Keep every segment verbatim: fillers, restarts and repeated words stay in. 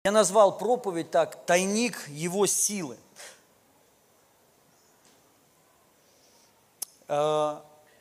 Я назвал проповедь так: «Тайник его силы». Я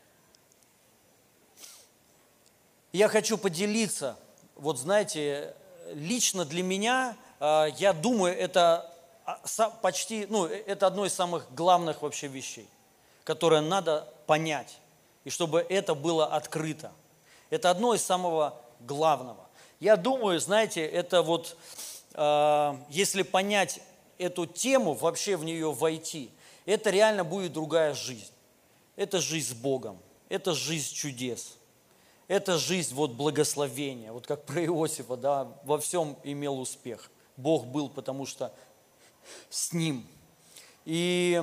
хочу поделиться, вот знаете, лично для меня, я думаю, это почти, ну, это одно из самых главных вообще вещей, которые надо понять, и чтобы это было открыто. Это одно из самого главного. Я думаю, знаете, это вот, если понять эту тему, вообще в нее войти, это реально будет другая жизнь. Это жизнь с Богом, это жизнь чудес, это жизнь вот благословения. Вот как про Иосифа, да, во всем имел успех. Бог был, потому что с ним. И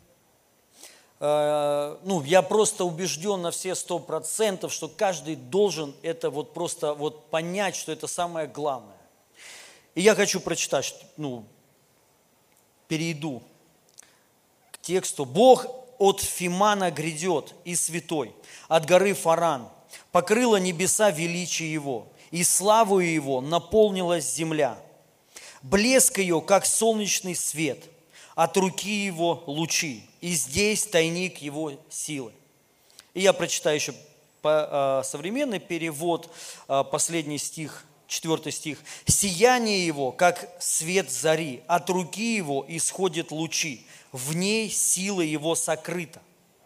э, ну, я просто убежден на все сто процентов, что каждый должен это вот просто вот понять, что это самое главное. И я хочу прочитать, ну, перейду к тексту. «Бог от Фимана грядет, и святой, от горы Фаран, покрыло небеса величие Его, и славою Его наполнилась земля. Блеск ее, как солнечный свет, от руки Его лучи, и здесь тайник Его силы». И я прочитаю еще современный перевод, последний стих, четвертый стих. «Сияние Его, как свет зари, от руки Его исходят лучи, в ней сила Его сокрыта».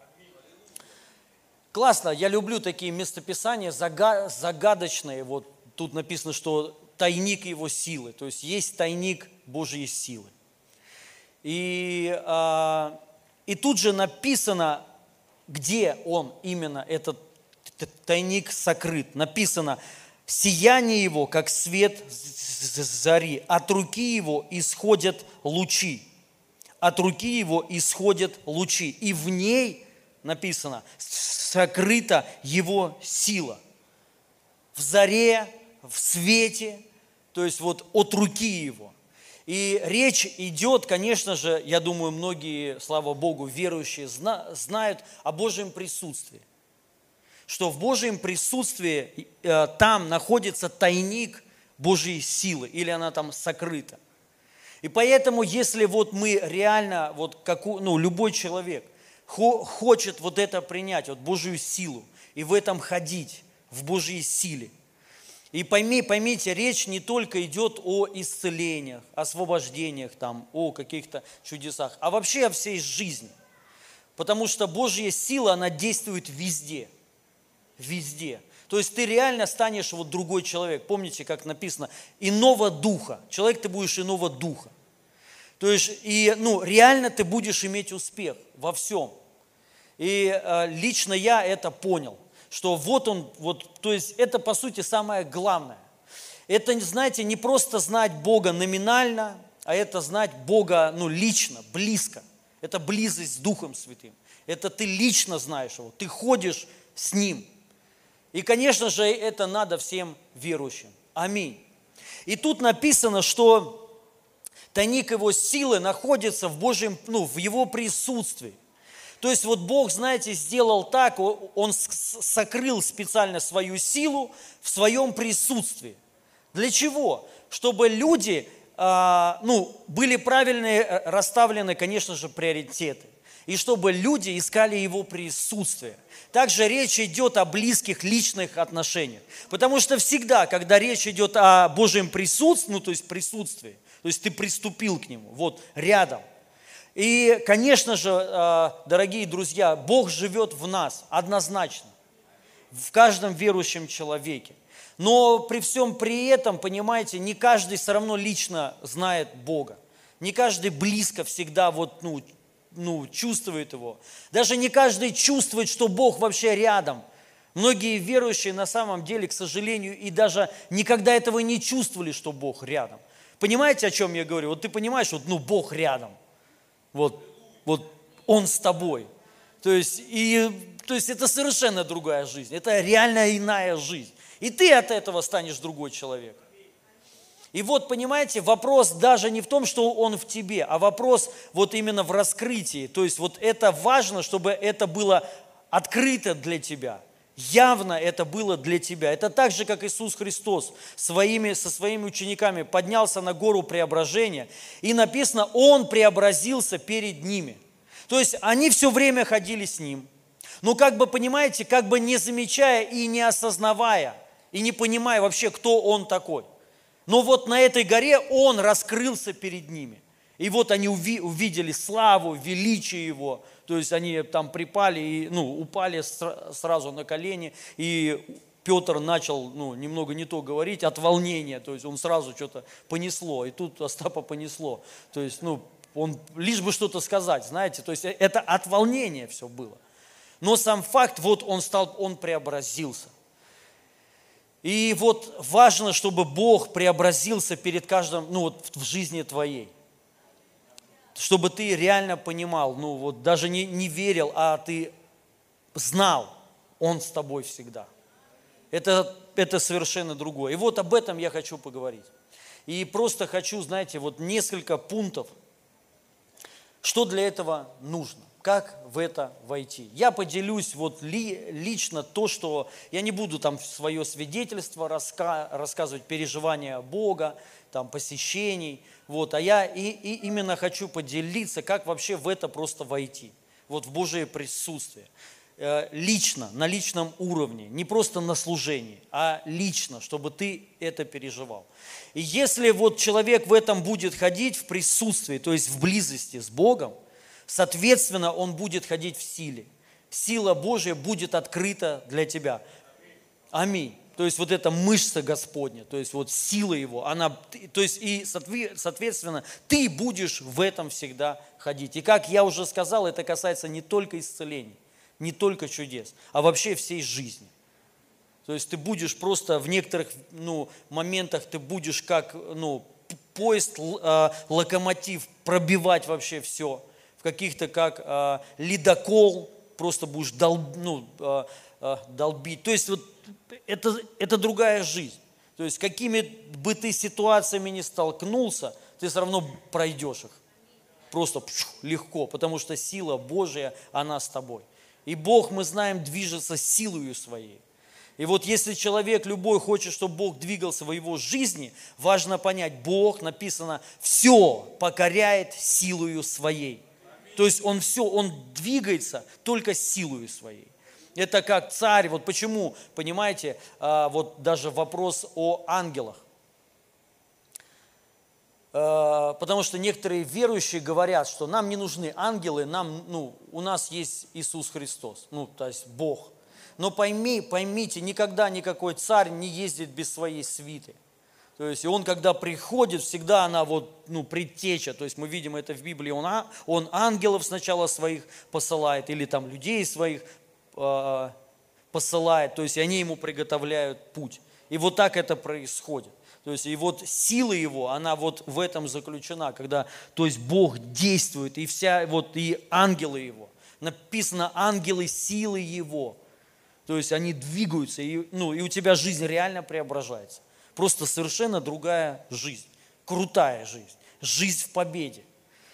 Классно, я люблю такие местописания, загадочные. Вот тут написано, что тайник Его силы, то есть есть тайник Божьей силы. И, а, и тут же написано, где он именно, этот тайник сокрыт. Написано: «Сияние Его, как свет зари, от руки Его исходят лучи». От руки Его исходят лучи, и в ней, написано, сокрыта Его сила. В заре, в свете, то есть вот от руки Его. И речь идет, конечно же, я думаю, многие, слава Богу, верующие знают о Божьем присутствии. Что в Божьем присутствии э, там находится тайник Божьей силы, или она там сокрыта. И поэтому, если вот мы реально, вот как, ну, любой человек хо, хочет вот это принять, вот Божью силу, и в этом ходить, в Божьей силе. И пойми, поймите, речь не только идет о исцелениях, освобождениях, там, о каких-то чудесах, а вообще о всей жизни. Потому что Божья сила, она действует везде. Везде. То есть ты реально станешь вот другой человек. Помните, как написано, иного духа. Человек ты будешь иного духа. То есть, и, ну, реально ты будешь иметь успех во всем. И э, лично я это понял, что вот он, вот, то есть это по сути самое главное. Это, знаете, не просто знать Бога номинально, а это знать Бога, ну, лично, близко. Это близость с Духом Святым. Это ты лично знаешь Его, ты ходишь с Ним. И, конечно же, это надо всем верующим. Аминь. И тут написано, что тайник Его силы находится в Божьем, ну, в Его присутствии. То есть вот Бог, знаете, сделал так, Он сокрыл специально свою силу в своем присутствии. Для чего? Чтобы люди, ну, были правильные, расставлены, конечно же, приоритеты. И чтобы люди искали Его присутствие. Также речь идет о близких личных отношениях. Потому что всегда, когда речь идет о Божьем присутствии, ну то есть присутствии, то есть ты приступил к Нему, вот рядом. И, конечно же, дорогие друзья, Бог живет в нас однозначно, в каждом верующем человеке. Но при всем при этом, понимаете, не каждый все равно лично знает Бога. Не каждый близко всегда вот, ну, ну, чувствует Его. Даже не каждый чувствует, что Бог вообще рядом. Многие верующие на самом деле, к сожалению, и даже никогда этого не чувствовали, что Бог рядом. Понимаете, о чем я говорю? Вот ты понимаешь, вот, ну, Бог рядом. Вот, вот Он с тобой. То есть, и, то есть это совершенно другая жизнь. Это реально иная жизнь. И ты от этого станешь другой человек. И вот, понимаете, вопрос даже не в том, что Он в тебе, а вопрос вот именно в раскрытии. То есть вот это важно, чтобы это было открыто для тебя. Явно это было для тебя. Это так же, как Иисус Христос своими, со своими учениками поднялся на гору преображения, и написано, Он преобразился перед ними. То есть они все время ходили с Ним, но как бы, понимаете, как бы не замечая и не осознавая, и не понимая вообще, кто Он такой. Но вот на этой горе Он раскрылся перед ними. И вот они увидели славу, величие Его. То есть они там припали, и, ну, упали сразу на колени, и Петр начал, ну, немного не то говорить от волнения, то есть он сразу что-то понесло, и тут Остапа понесло. То есть, ну, он лишь бы что-то сказать, знаете, то есть это от волнения все было. Но сам факт, вот он стал, он преобразился. И вот важно, чтобы Бог преобразился перед каждым, ну, вот в жизни твоей. Чтобы ты реально понимал, ну вот даже не, не верил, а ты знал, Он с тобой всегда. Это, это совершенно другое. И вот об этом я хочу поговорить. И просто хочу, знаете, вот несколько пунктов, что для этого нужно, как в это войти. Я поделюсь вот ли, лично то, что я не буду там свое свидетельство раска, рассказывать, переживания Бога, там, посещений, вот, а я и, и именно хочу поделиться, как вообще в это просто войти, вот в Божие присутствие, э, лично, на личном уровне, не просто на служении, а лично, чтобы ты это переживал. И если вот человек в этом будет ходить в присутствии, то есть в близости с Богом, соответственно, он будет ходить в силе. Сила Божья будет открыта для тебя. Аминь. То есть вот эта мышца Господня, то есть вот сила Его, она, то есть и соответственно ты будешь в этом всегда ходить. И как я уже сказал, это касается не только исцелений, не только чудес, а вообще всей жизни. То есть ты будешь просто в некоторых, ну, моментах, ты будешь как, ну, поезд, локомотив пробивать вообще все. В каких-то как э, ледокол, просто будешь дол, ну, э, э, долбить. То есть вот это, это другая жизнь. То есть какими бы ты ситуациями ни столкнулся, ты все равно пройдешь их. Просто пшу, легко, потому что сила Божия, она с тобой. И Бог, мы знаем, движется силою своей. И вот если человек любой хочет, чтобы Бог двигался в его жизни, важно понять, Бог, написано, все покоряет силою своей. То есть он все, он двигается только силою своей. Это как царь, вот почему, понимаете, вот даже вопрос о ангелах. Потому что некоторые верующие говорят, что нам не нужны ангелы, нам, ну, у нас есть Иисус Христос, ну, то есть Бог. Но пойми, поймите, никогда никакой царь не ездит без своей свиты. То есть, и он, когда приходит, всегда она вот, ну, предтеча. То есть, мы видим это в Библии. Он, он ангелов сначала своих посылает, или там людей своих э, посылает. То есть, и они ему приготовляют путь. И вот так это происходит. То есть, и вот сила его, она вот в этом заключена, когда, то есть, Бог действует, и вся, вот, и ангелы его. Написано, ангелы силы его. То есть, они двигаются, и, ну, и у тебя жизнь реально преображается. Просто совершенно другая жизнь, крутая жизнь, жизнь в победе.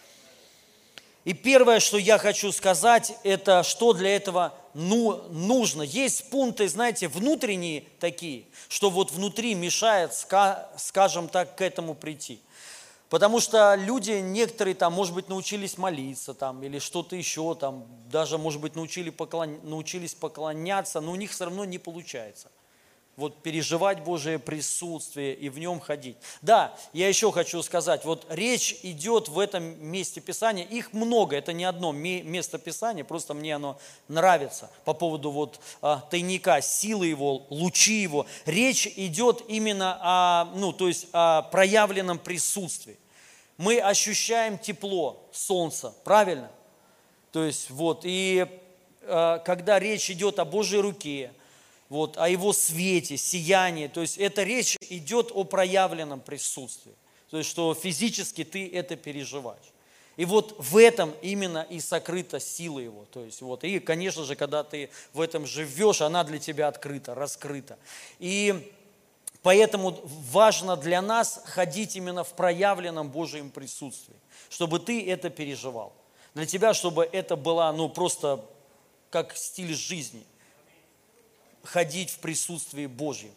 И первое, что я хочу сказать, это что для этого ну, нужно. Есть пункты, знаете, внутренние такие, что вот внутри мешает, скажем так, к этому прийти. Потому что люди, некоторые там, может быть, научились молиться там, или что-то еще там, даже, может быть, научили поклон... научились поклоняться, но у них все равно не получается. Вот переживать Божие присутствие и в нем ходить. Да, я еще хочу сказать, вот речь идет в этом месте Писания, их много, это не одно место Писания, просто мне оно нравится по поводу вот а, тайника, силы его, лучи его. Речь идет именно о, ну, то есть о проявленном присутствии. Мы ощущаем тепло солнца, правильно? То есть вот, и а, когда речь идет о Божьей руке, вот, о его свете, сиянии. То есть эта речь идет о проявленном присутствии. То есть что физически ты это переживаешь. И вот в этом именно и сокрыта сила его. То есть вот, и, конечно же, когда ты в этом живешь, она для тебя открыта, раскрыта. И поэтому важно для нас ходить именно в проявленном Божьем присутствии, чтобы ты это переживал. Для тебя, чтобы это было, ну, просто как стиль жизни. ходить в присутствии Божьем.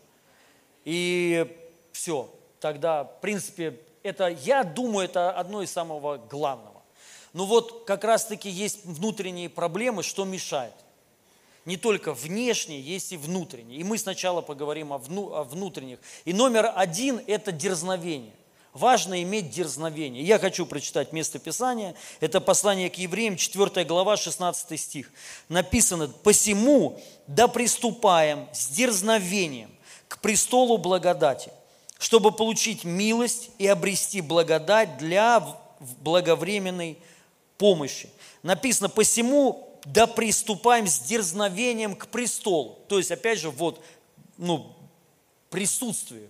И все, тогда, в принципе, это, я думаю, это одно из самого главного. Но вот как раз-таки есть внутренние проблемы, что мешает. Не только внешние, есть и внутренние. И мы сначала поговорим о, вну, о внутренних. И номер один – это дерзновение. Важно иметь дерзновение. Я хочу прочитать место Писания. Это послание к евреям, четвёртая глава, шестнадцатый стих. Написано: «Посему да приступаем с дерзновением к престолу благодати, чтобы получить милость и обрести благодать для благовременной помощи». Написано: «Посему да приступаем с дерзновением к престолу». То есть, опять же, вот, ну, присутствию.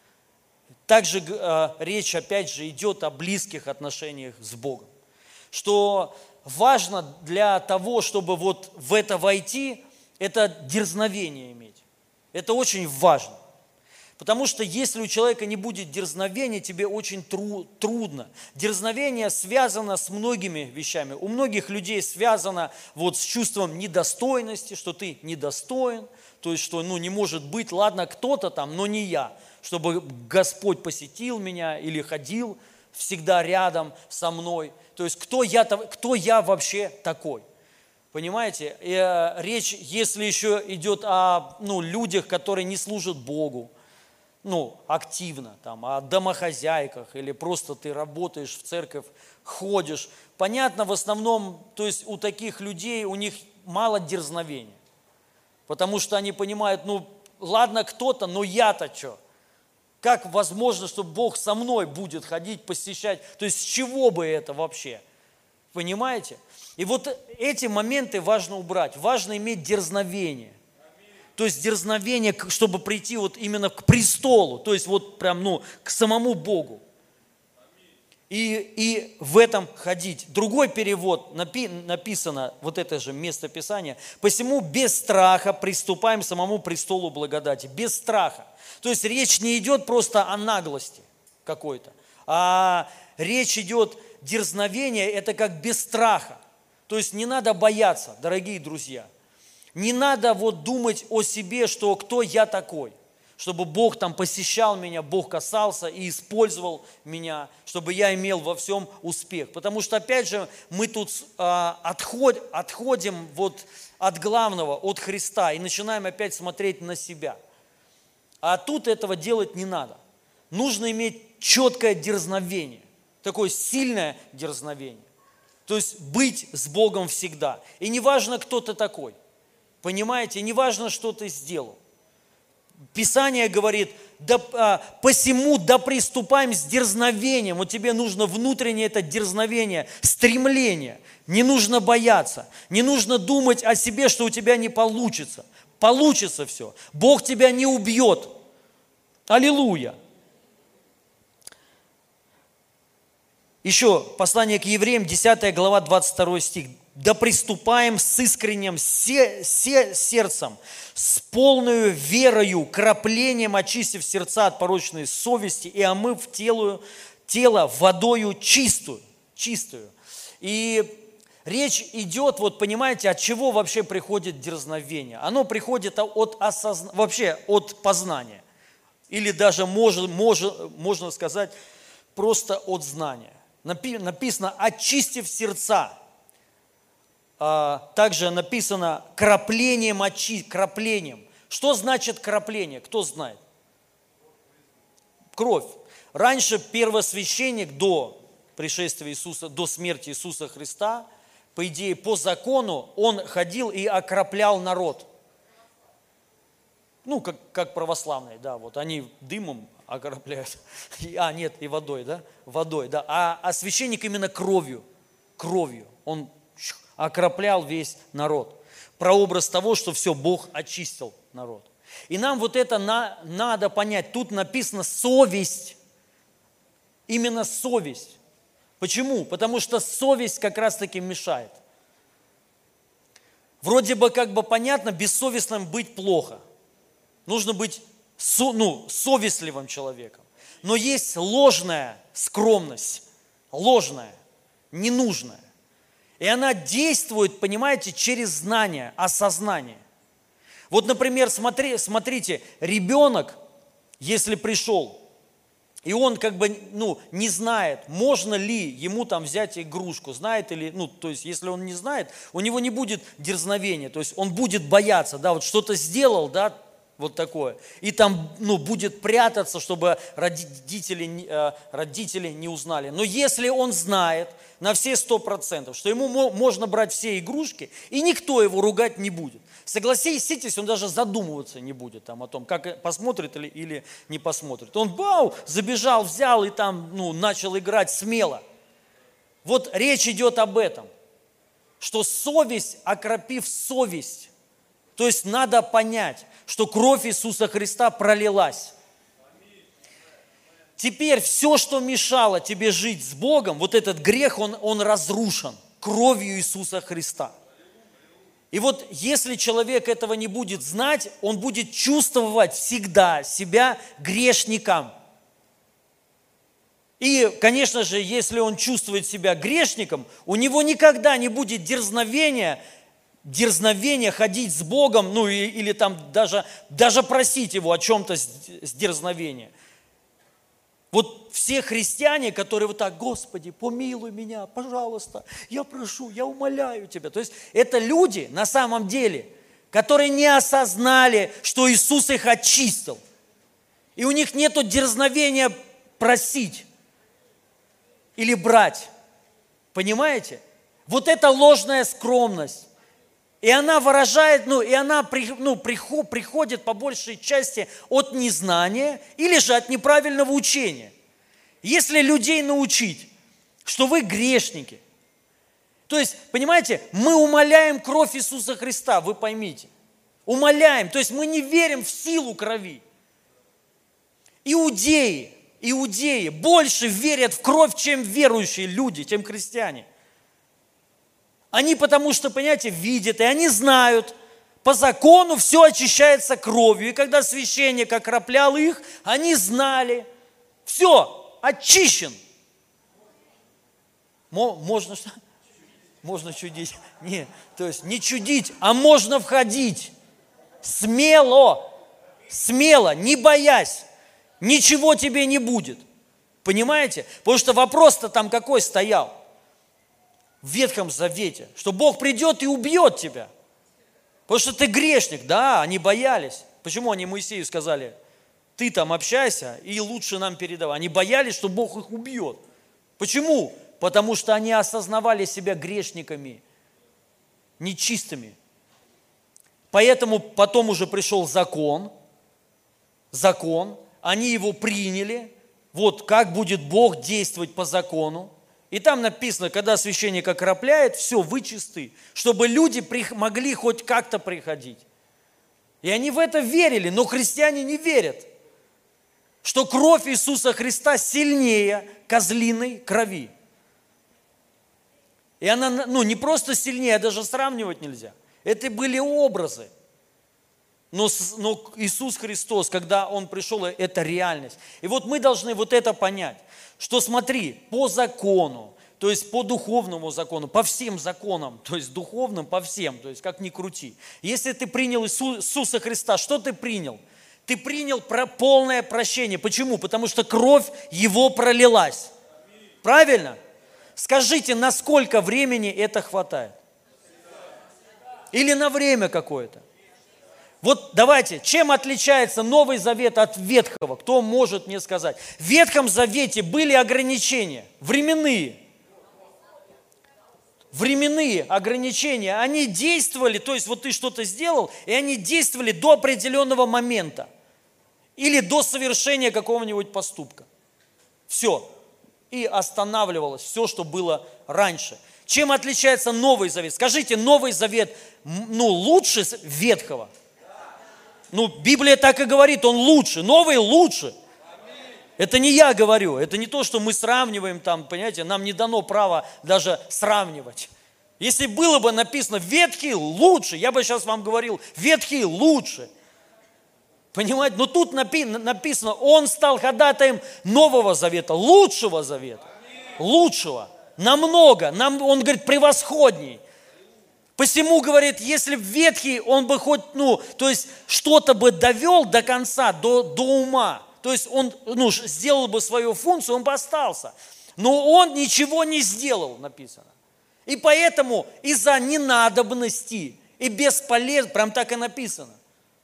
Также э, речь, опять же, идет о близких отношениях с Богом. Что важно для того, чтобы вот в это войти, это дерзновение иметь. Это очень важно. Потому что если у человека не будет дерзновения, тебе очень тру- трудно. Дерзновение связано с многими вещами. У многих людей связано вот с чувством недостойности, что ты недостоин, то есть что ну, не может быть, ладно, кто-то там, но не я, чтобы Господь посетил меня или ходил всегда рядом со мной. То есть кто я, кто я вообще такой? Понимаете? И, э, речь, если еще идет о ну, людях, которые не служат Богу, ну, активно, там, о домохозяйках, или просто ты работаешь в церковь, ходишь. Понятно, в основном, то есть у таких людей, у них мало дерзновения, потому что они понимают, ну, ладно кто-то, но я-то что? Как возможно, что Бог со мной будет ходить, посещать? То есть с чего бы это вообще? Понимаете? И вот эти моменты важно убрать, важно иметь дерзновение. То есть дерзновение, чтобы прийти вот именно к престолу, то есть вот прям, ну, к самому Богу. И, и в этом ходить. Другой перевод, напи, написано, вот это же место Писания: «Посему без страха приступаем к самому престолу благодати». Без страха. То есть речь не идет просто о наглости какой-то, а речь идет, дерзновение – это как без страха. То есть не надо бояться, дорогие друзья. Не надо вот думать о себе, что кто я такой, чтобы Бог там посещал меня, Бог касался и использовал меня, чтобы я имел во всем успех. Потому что, опять же, мы тут а, отход, отходим вот от главного, от Христа, и начинаем опять смотреть на себя. А тут этого делать не надо. Нужно иметь четкое дерзновение, такое сильное дерзновение. То есть быть с Богом всегда. И не важно, кто ты такой. Понимаете, не важно, что ты сделал. Писание говорит: да, а, посему да приступаем с дерзновением. Вот тебе нужно внутреннее это дерзновение, стремление. Не нужно бояться, не нужно думать о себе, что у тебя не получится. Получится все. Бог тебя не убьет. Аллилуйя. Еще послание к евреям, десятая глава, двадцать второй стих. «Да приступаем с искренним се, се, сердцем, с полною верою, краплением очистив сердца от порочной совести и омыв тело, тело водою чистую». чистую. И речь идет, вот понимаете, от чего вообще приходит дерзновение? Оно приходит от осозна... вообще от познания. Или даже можно, можно, можно сказать просто от знания. Написано «очистив сердца». Также написано краплением очи, краплением. Что значит крапление? Кто знает? Кровь. Раньше первосвященник до пришествия Иисуса, до смерти Иисуса Христа, по идее, по закону, он ходил и окроплял народ. Ну, как, как православные, да, вот они дымом окропляют. А, нет, и водой, да? Водой, да. А, а священник именно кровью, кровью. Он окроплял весь народ. Прообраз того, что все, Бог очистил народ. И нам вот это на, надо понять. Тут написано совесть. Именно совесть. Почему? Потому что совесть как раз-таки мешает. Вроде бы как бы понятно, бессовестным быть плохо. Нужно быть со, ну, совестливым человеком. Но есть ложная скромность. Ложная, ненужная. И она действует, понимаете, через знание, осознание. Вот, например, смотри, смотрите, ребенок, если пришел, и он как бы, ну, не знает, можно ли ему там взять игрушку, знает или, ну, то есть, если он не знает, у него не будет дерзновения, то есть, он будет бояться, да, вот что-то сделал, да, вот такое, и там, ну, будет прятаться, чтобы родители, э, родители не узнали. Но если он знает на все сто процентов, что ему можно брать все игрушки, и никто его ругать не будет, согласитесь, он даже задумываться не будет там о том, как посмотрит или, или не посмотрит. Он, бау, забежал, взял и там, ну, начал играть смело. Вот речь идет об этом, что совесть, окропив совесть, то есть надо понять, что кровь Иисуса Христа пролилась. Теперь все, что мешало тебе жить с Богом, вот этот грех, он, он разрушен кровью Иисуса Христа. И вот если человек этого не будет знать, он будет чувствовать всегда себя грешником. И, конечно же, если он чувствует себя грешником, у него никогда не будет дерзновения, дерзновения ходить с Богом, ну или, или там даже, даже просить Его о чем-то с, с дерзновения. Вот все христиане, которые вот так, Господи, помилуй меня, пожалуйста, я прошу, я умоляю Тебя. То есть это люди на самом деле, которые не осознали, что Иисус их очистил. И у них нет дерзновения просить или брать. Понимаете? Вот это ложная скромность. И она выражает, ну, и она ну, приходит по большей части от незнания или же от неправильного учения. Если людей научить, что вы грешники, то есть, понимаете, мы умаляем кровь Иисуса Христа, вы поймите. Умаляем, то есть мы не верим в силу крови. Иудеи, иудеи больше верят в кровь, чем верующие люди, чем христиане. Они потому что, понимаете, видят, и они знают, по закону все очищается кровью. И когда священник окроплял их, они знали, все, очищен. Можно что? Можно чудить. Нет, то есть не чудить, а можно входить. Смело, смело, не боясь. Ничего тебе не будет. Понимаете? Потому что вопрос-то там какой стоял? В Ветхом Завете, что Бог придет и убьет тебя. Потому что ты грешник. Да, они боялись. Почему они Моисею сказали, ты там общайся и лучше нам передавай. Они боялись, что Бог их убьет. Почему? Потому что они осознавали себя грешниками, нечистыми. Поэтому потом уже пришел закон, закон, они его приняли, вот как будет Бог действовать по закону. И там написано, когда священник окропляет, все, вы чисты, чтобы люди могли хоть как-то приходить. И они в это верили, но христиане не верят, что кровь Иисуса Христа сильнее козлиной крови. И она, ну, не просто сильнее, а даже сравнивать нельзя. Это были образы. Но, но Иисус Христос, когда Он пришел, это реальность. И вот мы должны вот это понять, что смотри, по закону, то есть по духовному закону, по всем законам, то есть духовным по всем, то есть как ни крути. Если ты принял Иисуса Христа, что ты принял? Ты принял полное прощение. Почему? Потому что кровь Его пролилась. Правильно? Скажите, на сколько времени это хватает? Или на время какое-то? Вот давайте, чем отличается Новый Завет от Ветхого? Кто может мне сказать? В Ветхом Завете были ограничения, временные. Временные ограничения, они действовали, то есть вот ты что-то сделал, и они действовали до определенного момента. Или до совершения какого-нибудь поступка. Все. И останавливалось все, что было раньше. Чем отличается Новый Завет? Скажите, Новый Завет, ну, лучше Ветхого? Ну, Библия так и говорит, он лучше, новый лучше. Это не я говорю, это не то, что мы сравниваем там, понимаете, нам не дано право даже сравнивать. Если было бы написано ветхий лучше, я бы сейчас вам говорил, ветхий лучше. Понимаете, но тут написано, он стал ходатаем Нового Завета, лучшего Завета, лучшего, намного, нам, он говорит, превосходней. Посему, говорит, если в Ветхий он бы хоть, ну, то есть что-то бы довел до конца, до, до ума, то есть он, ну, сделал бы свою функцию, он бы остался. Но он ничего не сделал, написано. И поэтому из-за ненадобности и бесполезности, прям так и написано,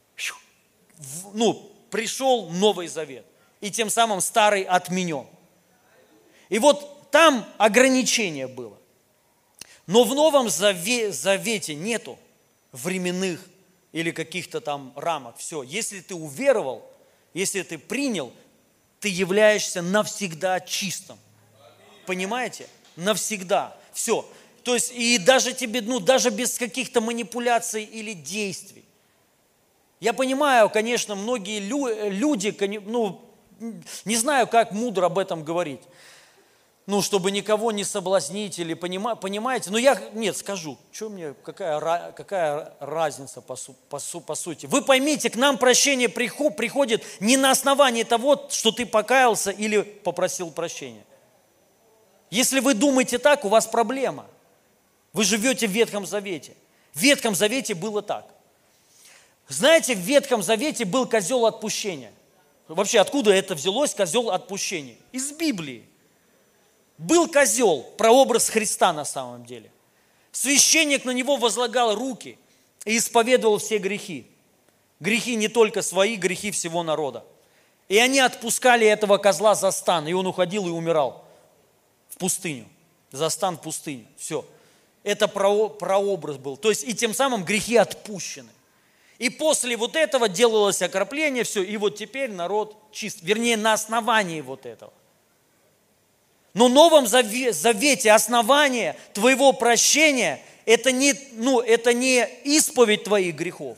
ну, пришел Новый Завет. И тем самым Старый отменен. И вот там ограничение было. Но в Новом Завете нету временных или каких-то там рамок. Все, если ты уверовал, если ты принял, ты являешься навсегда чистым. Понимаете? Навсегда. Все. То есть, и даже тебе, ну, даже без каких-то манипуляций или действий. Я понимаю, конечно, многие люди, ну, не знаю, как мудро об этом говорить, ну, чтобы никого не соблазнить или, понимаете, но я, нет, скажу, что мне, какая, какая разница по, по, по сути. Вы поймите, к нам прощение приходит не на основании того, что ты покаялся или попросил прощения. Если вы думаете так, у вас проблема. Вы живете в Ветхом Завете. В Ветхом Завете было так. Знаете, в Ветхом Завете был козел отпущения. Вообще, откуда это взялось, козел отпущения? Из Библии. Был козел, прообраз Христа на самом деле. Священник на него возлагал руки и исповедовал все грехи. Грехи не только свои, грехи всего народа. И они отпускали этого козла за стан, и он уходил и умирал в пустыню. За стан в пустыню. Все. Это прообраз был. То есть и тем самым грехи отпущены. И после вот этого делалось окропление, все, и вот теперь народ чист. Вернее, на основании вот этого. Но в Новом Завете основание твоего прощения – это не, ну, это не исповедь твоих грехов.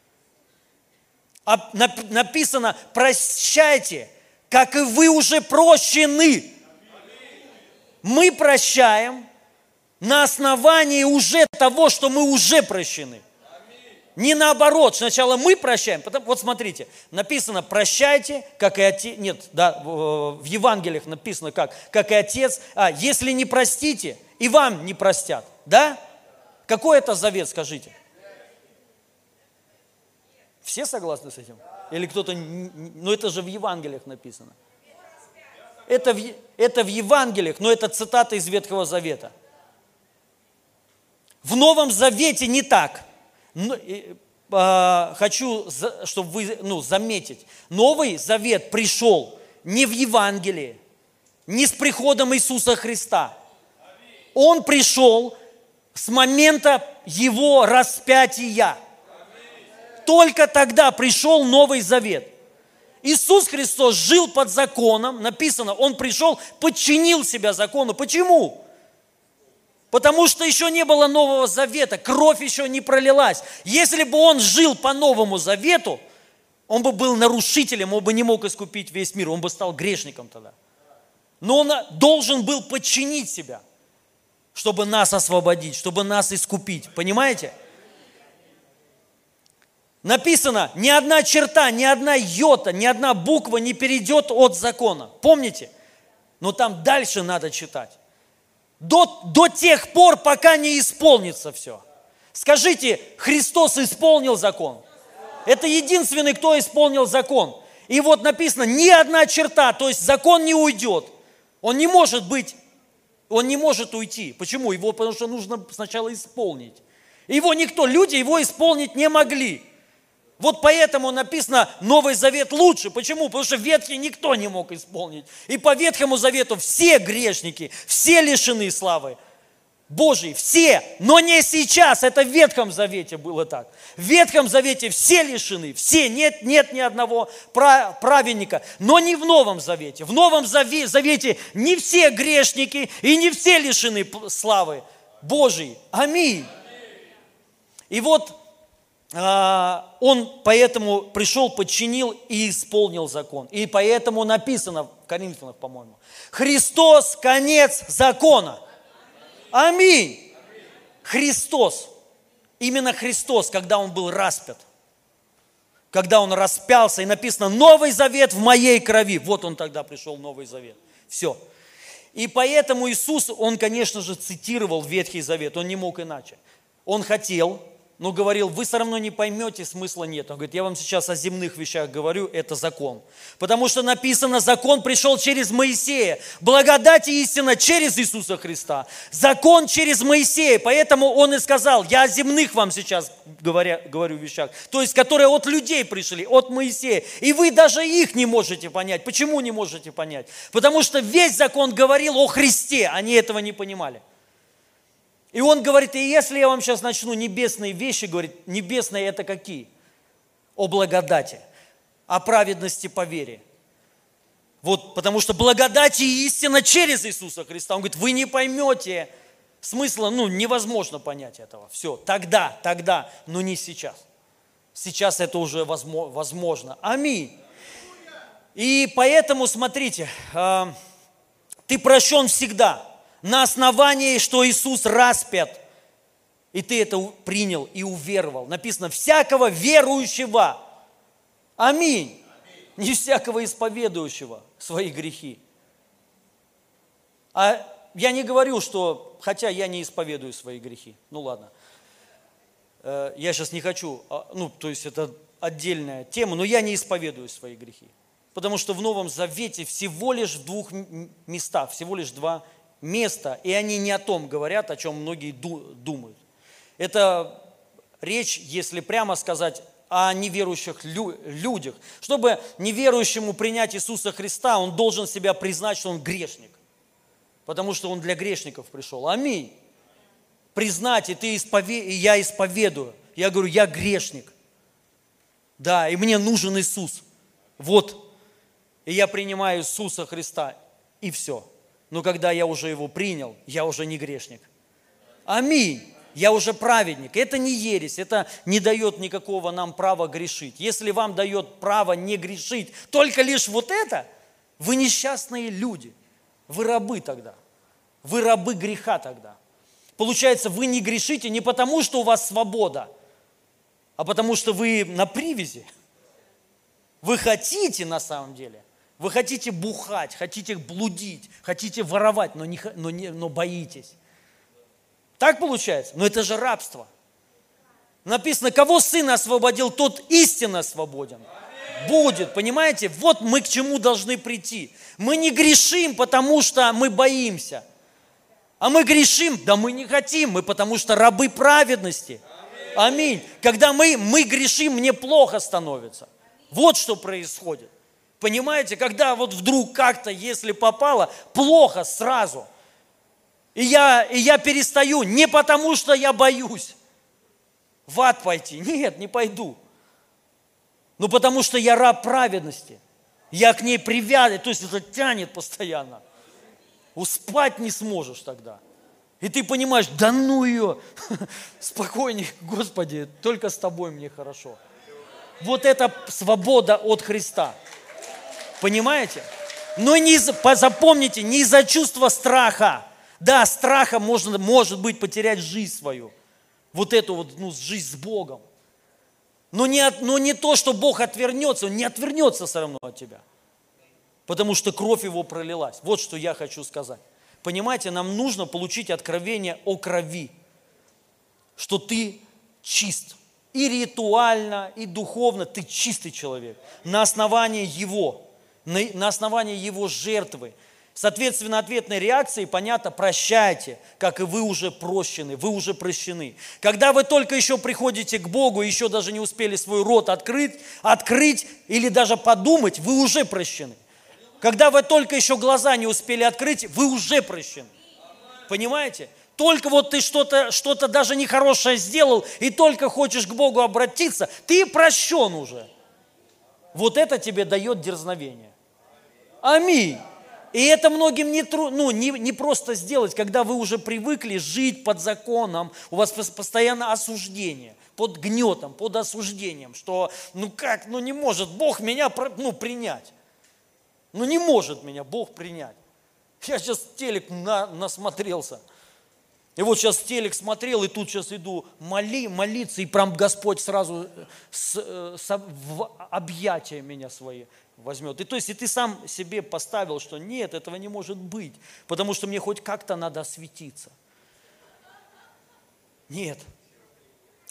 А написано: прощайте, как и вы уже прощены. Мы прощаем на основании уже того, что мы уже прощены. Не наоборот, сначала мы прощаем. Потом, вот смотрите, написано: прощайте, как и отец. Нет, да, в Евангелиях написано как, как и отец. А если не простите, и вам не простят. Да? Какой это завет, скажите? Все согласны с этим? Или кто-то, ну это же в Евангелиях написано. Это в, это в Евангелиях, но это цитата из Ветхого Завета. В Новом Завете не так. Хочу, чтобы вы, ну, заметить, Новый Завет пришел не в Евангелии, не с приходом Иисуса Христа. Он пришел с момента Его распятия. Только тогда пришел Новый Завет. Иисус Христос жил под законом, написано, Он пришел, подчинил себя закону. Почему? Потому что еще не было Нового Завета, кровь еще не пролилась. Если бы он жил по Новому Завету, он бы был нарушителем, он бы не мог искупить весь мир, он бы стал грешником тогда. Но он должен был подчинить себя, чтобы нас освободить, чтобы нас искупить. Понимаете? Написано, ни одна черта, ни одна йота, ни одна буква не перейдет от закона. Помните? Но там дальше надо читать. До, до тех пор, пока не исполнится все. Скажите, Христос исполнил закон? Это единственный, кто исполнил закон. И вот написано, ни одна черта, то есть закон не уйдет. Он не может быть, он не может уйти. Почему? Его, потому что нужно сначала исполнить. Его никто, люди его исполнить не могли. Вот поэтому написано, Новый Завет лучше. Почему? Потому что Ветхий никто не мог исполнить. И по Ветхому Завету все грешники, все лишены славы Божьей, все. Но не сейчас, это в Ветхом Завете было так. В Ветхом Завете все лишены, все, нет, нет ни одного праведника. Но не в Новом Завете. В Новом Завете не все грешники и не все лишены славы Божьей. Аминь. И вот он поэтому пришел, подчинил и исполнил закон. И поэтому написано в Коринфянах, по-моему, Христос – конец закона. Аминь. Христос. Именно Христос, когда Он был распят. Когда Он распялся, и написано «Новый завет в моей крови». Вот Он тогда пришел, Новый Завет. Все. И поэтому Иисус, Он, конечно же, цитировал Ветхий Завет. Он не мог иначе. Он хотел, но говорил, вы все равно не поймете, смысла нет. Он говорит, я вам сейчас о земных вещах говорю, это закон. Потому что написано, закон пришел через Моисея, благодать и истина через Иисуса Христа. Закон через Моисея, поэтому он и сказал, я о земных вам сейчас говоря, говорю вещах, то есть, которые от людей пришли, от Моисея. И вы даже их не можете понять. Почему не можете понять? Потому что весь закон говорил о Христе, они этого не понимали. И он говорит, и если я вам сейчас начну небесные вещи говорить, небесные это какие? О благодати, о праведности по вере. Вот, потому что благодать и истина через Иисуса Христа. Он говорит, вы не поймете смысла, ну, невозможно понять этого. Все, тогда, тогда, но не сейчас. Сейчас это уже возможно. Аминь. И поэтому, смотрите, ты прощен всегда. На основании, что Иисус распят, и ты это принял и уверовал. Написано, всякого верующего. Аминь. Не всякого исповедующего свои грехи. А я не говорю, что, хотя я не исповедую свои грехи. Ну ладно. Я сейчас не хочу, ну то есть это отдельная тема, но я не исповедую свои грехи. Потому что в Новом Завете всего лишь в двух местах, всего лишь два места, и они не о том говорят, о чем многие думают. Это речь, если прямо сказать, о неверующих людях. Чтобы неверующему принять Иисуса Христа, он должен себя признать, что он грешник. Потому что он для грешников пришел. Аминь. Признать, и, ты испове... и я исповедую. Я говорю, я грешник. Да, и мне нужен Иисус. Вот. И я принимаю Иисуса Христа, и все. Но когда я уже его принял, я уже не грешник. Аминь. Я уже праведник. Это не ересь, это не дает никакого нам права грешить. Если вам дает право не грешить только лишь вот это, вы несчастные люди. Вы рабы тогда. Вы рабы греха тогда. Получается, вы не грешите не потому, что у вас свобода, а потому что вы на привязи. Вы хотите на самом деле. Вы хотите бухать, хотите блудить, хотите воровать, но, не, но, не, но боитесь. Так получается? Но это же рабство. Написано, кого Сын освободил, тот истинно свободен. Будет, понимаете? Вот мы к чему должны прийти. Мы не грешим, потому что мы боимся. А мы грешим, да мы не хотим, мы потому что рабы праведности. Аминь. Когда мы, мы грешим, мне плохо становится. Вот что происходит. Понимаете, когда вот вдруг как-то, если попало, плохо сразу. И я, и я перестаю не потому, что я боюсь в ад пойти. Нет, не пойду. Но потому что я раб праведности. Я к ней привязан, то есть это тянет постоянно. Спать не сможешь тогда. И ты понимаешь, да ну ее, спокойнее, Господи, только с тобой мне хорошо. Вот это свобода от Христа. Понимаете? Но не, запомните, не из-за чувства страха. Да, страха можно, может быть, потерять жизнь свою. Вот эту вот, ну, жизнь с Богом. Но не, от, но не то, что Бог отвернется, Он не отвернется все равно от тебя. Потому что кровь Его пролилась. Вот что я хочу сказать. Понимаете, нам нужно получить откровение о крови. Что ты чист. И ритуально, и духовно ты чистый человек. На основании Его. На, на основании Его жертвы. Соответственно, ответной реакцией, понятно, прощайте, как и вы уже прощены, вы уже прощены. Когда вы только еще приходите к Богу, еще даже не успели свой рот открыть, открыть или даже подумать, вы уже прощены. Когда вы только еще глаза не успели открыть, вы уже прощены. Понимаете? Только вот ты что-то, что-то даже нехорошее сделал, и только хочешь к Богу обратиться, ты прощен уже. Вот это тебе дает дерзновение. Аминь. И это многим не, тру, ну, не, не просто сделать, когда вы уже привыкли жить под законом, у вас постоянно осуждение, под гнетом, под осуждением, что ну как, ну не может Бог меня ну, принять. Ну не может меня Бог принять. Я сейчас телек на, насмотрелся. И вот сейчас телек смотрел, и тут сейчас иду моли, молиться, и прям Господь сразу с, с, в объятия меня свои возьмет. И то есть, и ты сам себе поставил, что нет, этого не может быть, потому что мне хоть как-то надо осветиться. Нет,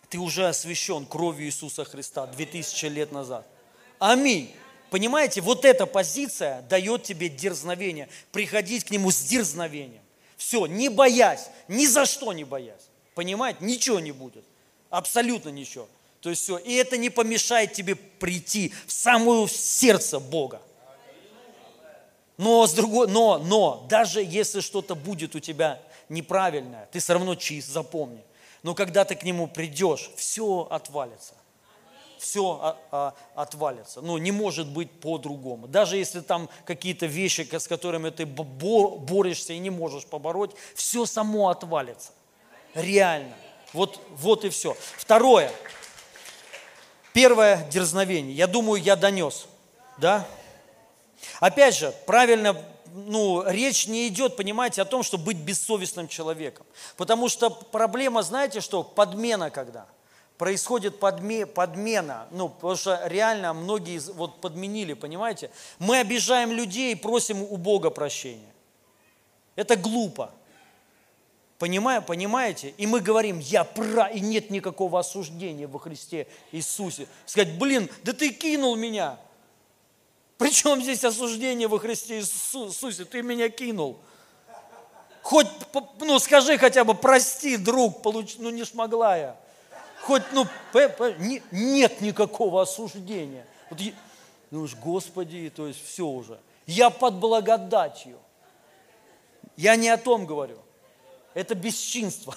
Ты уже освящен кровью Иисуса Христа две тысячи лет назад. Аминь. Понимаете, вот эта позиция дает тебе дерзновение. Приходить к Нему с дерзновением. Все, не боясь, ни за что не боясь. Понимаете, ничего не будет. Абсолютно ничего. То есть все. И это не помешает тебе прийти в самое сердце Бога. Но, с другой, но, но, даже если что-то будет у тебя неправильное, ты все равно чист, запомни. Но когда ты к Нему придешь, все отвалится. Все а, а, отвалится. Ну, не может быть по-другому. Даже если там какие-то вещи, с которыми ты борешься и не можешь побороть, все само отвалится. Реально. Вот, вот и все. Второе. Первое дерзновение. Я думаю, я донес. Да? Опять же, правильно, ну, речь не идет, понимаете, о том, чтобы быть бессовестным человеком. Потому что проблема, знаете что, подмена когда? Происходит подме, подмена, ну, потому что реально многие вот подменили, понимаете? Мы обижаем людей и просим у Бога прощения. Это глупо. Понимаю, понимаете? И мы говорим, я прав, и нет никакого осуждения во Христе Иисусе. Сказать, блин, да ты кинул меня. При чем здесь осуждение во Христе Иисусе? Ты меня кинул. Хоть, ну, скажи хотя бы, прости, друг, получ... ну, не смогла я. Хоть, ну, не, нет никакого осуждения. Вот, ну уж, Господи, то есть все уже. Я под благодатью. Я не о том говорю. Это бесчинство.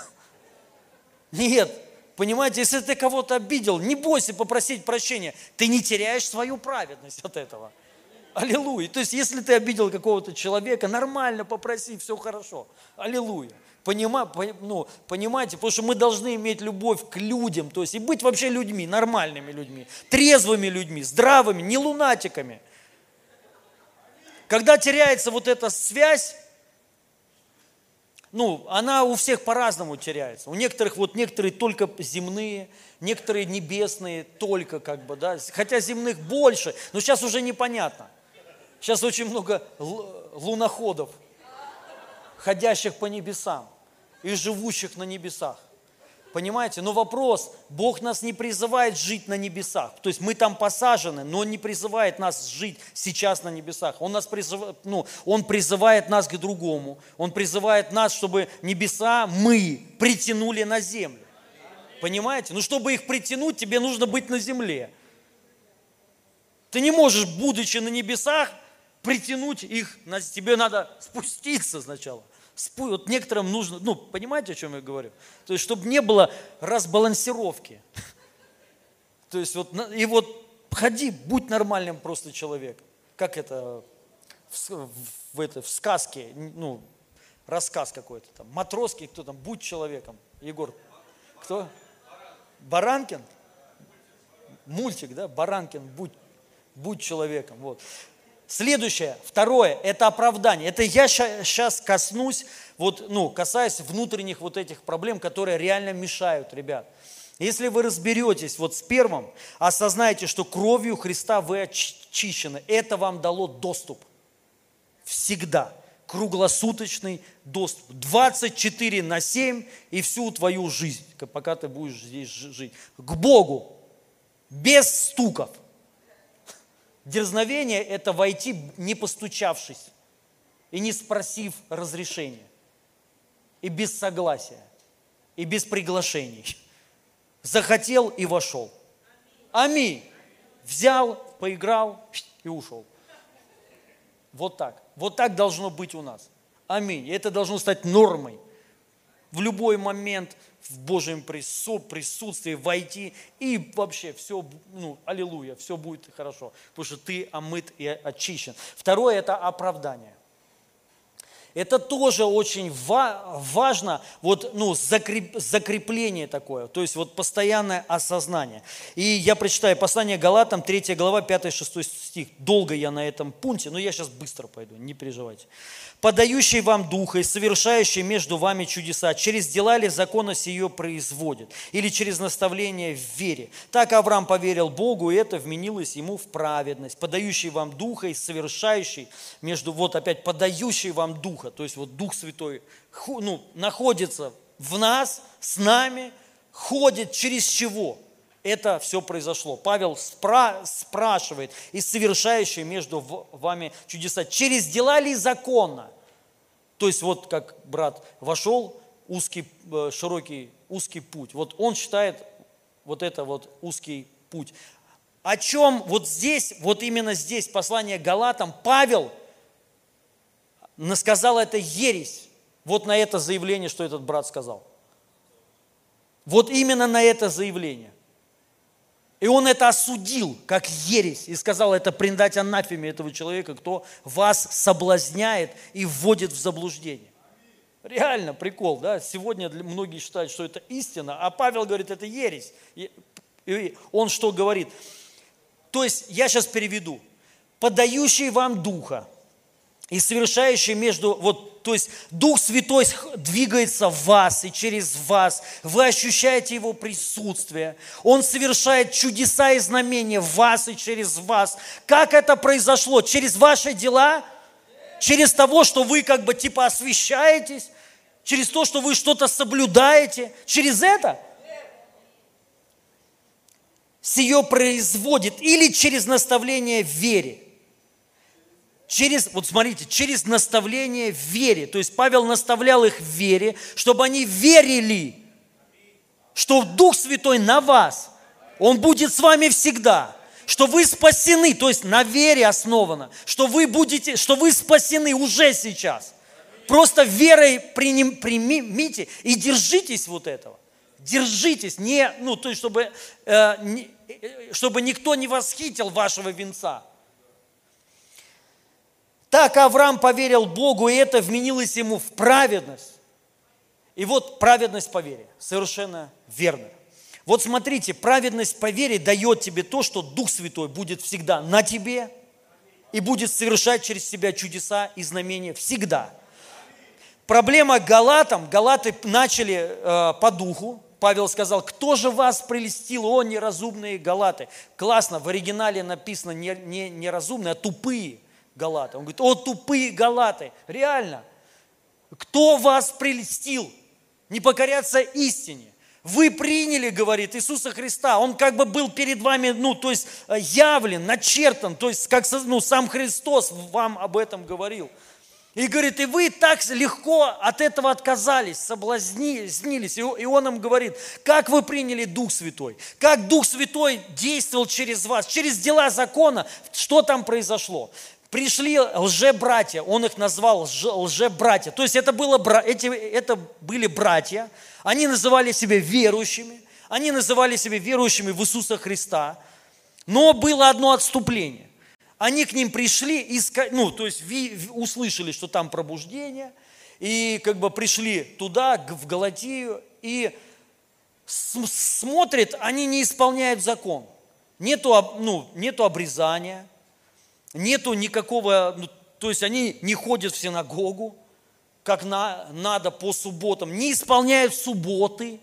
Нет, понимаете, если ты кого-то обидел, не бойся попросить прощения. Ты не теряешь свою праведность от этого. Аллилуйя. То есть, если ты обидел какого-то человека, нормально попроси, все хорошо. Аллилуйя. Понима, ну, понимаете, потому что мы должны иметь любовь к людям, то есть и быть вообще людьми, нормальными людьми, трезвыми людьми, здравыми, не лунатиками. Когда теряется вот эта связь, ну, она у всех по-разному теряется. У некоторых, вот некоторые только земные, некоторые небесные только как бы, да, хотя земных больше, но сейчас уже непонятно. Сейчас очень много луноходов, ходящих по небесам и живущих на небесах. Понимаете? Но вопрос, Бог нас не призывает жить на небесах. То есть мы там посажены, но Он не призывает нас жить сейчас на небесах. Он, нас призыв... ну, Он призывает нас к другому. Он призывает нас, чтобы небеса мы притянули на землю. Понимаете? Ну, чтобы их притянуть, тебе нужно быть на земле. Ты не можешь, будучи на небесах, притянуть их, тебе надо спуститься сначала. Вот некоторым нужно, ну, понимаете, о чем я говорю? То есть, чтобы не было разбалансировки. То есть, вот, и вот ходи, будь нормальным просто человеком. Как это в, в, это, в сказке, ну, рассказ какой-то там, Матросский, кто там, будь человеком. Егор, кто? Баранкин? Мультик, да? Баранкин, будь, будь человеком. Вот. Следующее, второе, это оправдание. Это я сейчас коснусь, вот, ну, касаясь внутренних вот этих проблем, которые реально мешают, ребят. Если вы разберетесь вот с первым, осознаете, что кровью Христа вы очищены, это вам дало доступ. Всегда. Круглосуточный доступ. двадцать четыре на семь и всю твою жизнь, пока ты будешь здесь жить. К Богу. Без стуков. Дерзновение – это войти, не постучавшись и не спросив разрешения, и без согласия, и без приглашений. Захотел и вошел. Аминь. Взял, поиграл и ушел. Вот так. Вот так должно быть у нас. Аминь. И это должно стать нормой. В любой момент в Божьем присутствии войти и вообще все, ну, аллилуйя, все будет хорошо, потому что ты омыт и очищен. Второе – это оправдание. Это тоже очень важно, вот, ну, закреп, закрепление такое, то есть вот постоянное осознание. И я прочитаю послание Галатам, третья глава, пятый-шестой стих. Долго я на этом пункте, но я сейчас быстро пойду, не переживайте. «Подающий вам Духа и совершающий между вами чудеса, через дела ли закона сие производит, или через наставление в вере? Так Авраам поверил Богу, и это вменилось ему в праведность. Подающий вам Духа и совершающий между, вот опять, подающий вам Духа». То есть вот Дух Святой, ну, находится в нас, с нами, ходит, через чего это все произошло. Павел спра- спрашивает, и совершающий между вами чудеса, через дела ли законно? То есть вот как брат вошел, узкий, широкий, узкий путь. Вот он считает вот это вот узкий путь. О чем вот здесь, вот именно здесь, послание к Галатам, Павел сказал это ересь. Вот на это заявление, что этот брат сказал. Вот именно на это заявление. И он это осудил, как ересь, и сказал, это предать анафеме этого человека, кто вас соблазняет и вводит в заблуждение. Реально прикол, да? Сегодня многие считают, что это истина, а Павел говорит, это ересь. И он что говорит? То есть, я сейчас переведу. Подающий вам Духа и совершающий между, вот, то есть, Дух Святой двигается в вас и через вас. Вы ощущаете Его присутствие. Он совершает чудеса и знамения в вас и через вас. Как это произошло? Через ваши дела? Через того, что вы как бы типа освящаетесь? Через то, что вы что-то соблюдаете? Через это? Сие производит или через наставление в вере. Через, вот смотрите, через наставление в вере. То есть Павел наставлял их в вере, чтобы они верили, что Дух Святой на вас, Он будет с вами всегда, что вы спасены, то есть на вере основано, что вы будете, что вы спасены уже сейчас. Просто верой приним, примите и держитесь вот этого. Держитесь, не, ну, то есть, чтобы, э, не, чтобы никто не восхитил вашего венца. Так Авраам поверил Богу, и это вменилось ему в праведность. И вот праведность по вере, совершенно верно. Вот смотрите, праведность по вере дает тебе то, что Дух Святой будет всегда на тебе и будет совершать через себя чудеса и знамения всегда. Проблема галатам, галаты начали э, по духу. Павел сказал, кто же вас прельстил, о неразумные галаты. Классно, в оригинале написано не, не неразумные, а тупые галаты. Он говорит, о тупые галаты, реально. Кто вас прельстил? Не покоряться истине. Вы приняли, говорит, Иисуса Христа. Он как бы был перед вами, ну, то есть явлен, начертан, то есть как ну, сам Христос вам об этом говорил. И говорит, и вы так легко от этого отказались, соблазнились. И он им говорит, как вы приняли Дух Святой, как Дух Святой действовал через вас, через дела закона, что там произошло. Пришли лжебратья, он их назвал лжебратья. То есть это, было, эти, это были братья, они называли себя верующими, они называли себя верующими в Иисуса Христа, но было одно отступление. Они к ним пришли, и, ну, то есть услышали, что там пробуждение, и как бы пришли туда, в Галатию, и смотрят, они не исполняют закон. Нету, ну, нету обрезания, нету никакого, ну, то есть они не ходят в синагогу, как на, надо по субботам, не исполняют субботы,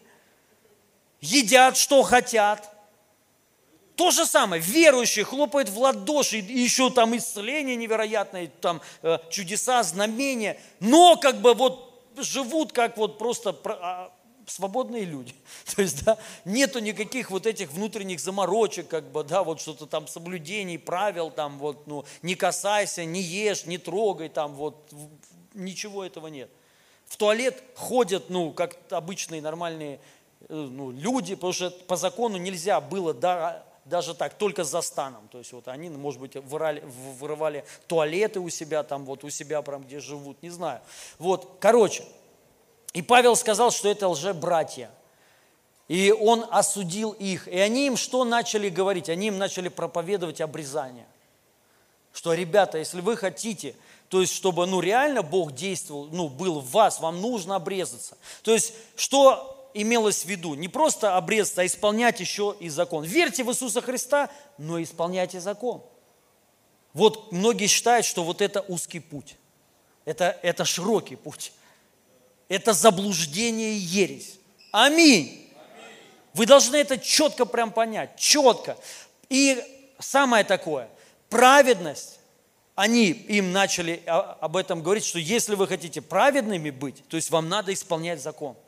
едят, что хотят. То же самое, верующие хлопают в ладоши, и еще там исцеления невероятные, там э, чудеса, знамения, но как бы вот живут как вот просто а, свободные люди. То есть, да, нету никаких вот этих внутренних заморочек, как бы, да, вот что-то там соблюдений, правил, там вот, ну, не касайся, не ешь, не трогай, там вот, ничего этого нет. В туалет ходят, ну, как обычные нормальные ну, люди, потому что по закону нельзя было, да, даже так, только за станом. То есть вот они, может быть, вырали, вырывали туалеты у себя, там вот у себя прям где живут, не знаю. Вот, короче, и Павел сказал, что это лжебратья. И он осудил их. И они им что начали говорить? Они им начали проповедовать обрезание. Что, ребята, если вы хотите, то есть чтобы ну, реально Бог действовал, ну, был в вас, вам нужно обрезаться. То есть что имелось в виду? Не просто обрезаться, а исполнять еще и закон. Верьте в Иисуса Христа, но исполняйте закон. Вот многие считают, что вот это узкий путь. Это, это широкий путь. Это заблуждение и ересь. Аминь. Вы должны это четко прям понять. Четко. И самое такое, праведность, они им начали об этом говорить, что если вы хотите праведными быть, то есть вам надо исполнять закон.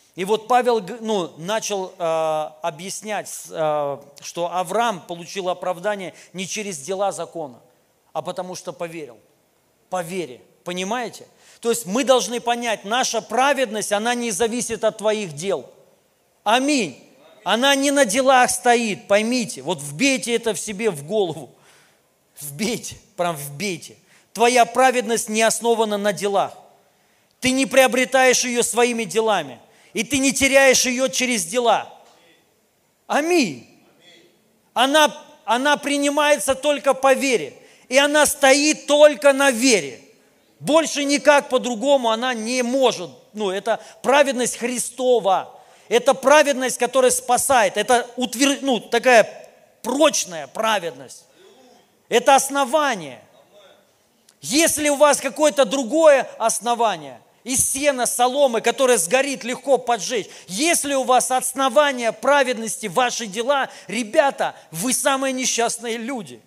И вот Павел ну, начал э, объяснять, э, что Авраам получил оправдание не через дела закона, а потому что поверил. По вере. Понимаете? То есть мы должны понять, наша праведность, она не зависит от твоих дел. Аминь. Она не на делах стоит, поймите. Вот вбейте это в себе в голову. Вбейте, прям вбейте. Твоя праведность не основана на делах. Ты не приобретаешь ее своими делами. И ты не теряешь ее через дела. Аминь. Она, она принимается только по вере. И она стоит только на вере. Больше никак по-другому она не может. Ну, это праведность Христова. Это праведность, которая спасает. Это утвер... ну, такая прочная праведность. Это основание. Если у вас какое-то другое основание, из сена, соломы, которое сгорит, легко поджечь. Если у вас основание праведности, ваши дела, ребята, вы самые несчастные люди.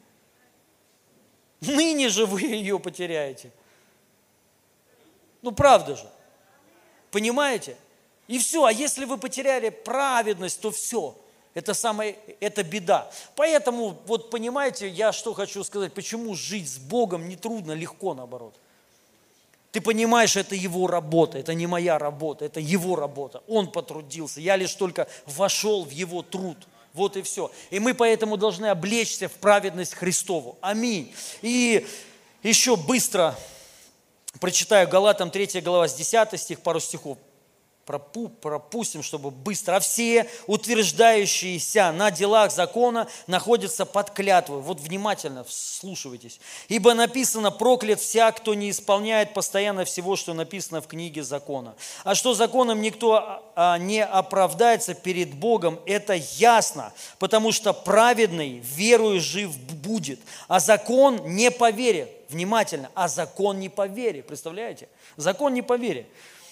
Ныне же вы ее потеряете. Ну, правда же. Понимаете? И все. А если вы потеряли праведность, то все. Это самое, это беда. Поэтому, вот понимаете, я что хочу сказать, почему жить с Богом не трудно, легко наоборот. Ты понимаешь, это Его работа, это не моя работа, это Его работа. Он потрудился, я лишь только вошел в Его труд. Вот и все. И мы поэтому должны облечься в праведность Христову. Аминь. И еще быстро прочитаю Галатам третья глава с десятого стих, пару стихов. Пропу, пропустим, чтобы быстро. А все, утверждающиеся на делах закона, находятся под клятвой. Вот внимательно вслушивайтесь. Ибо написано: проклят всяк, кто не исполняет постоянно всего, что написано в книге закона. А что законом никто а, не оправдается перед Богом, это ясно, потому что праведный верою жив будет, а закон не по вере. Внимательно, а закон не по вере. Представляете? Закон не по вере.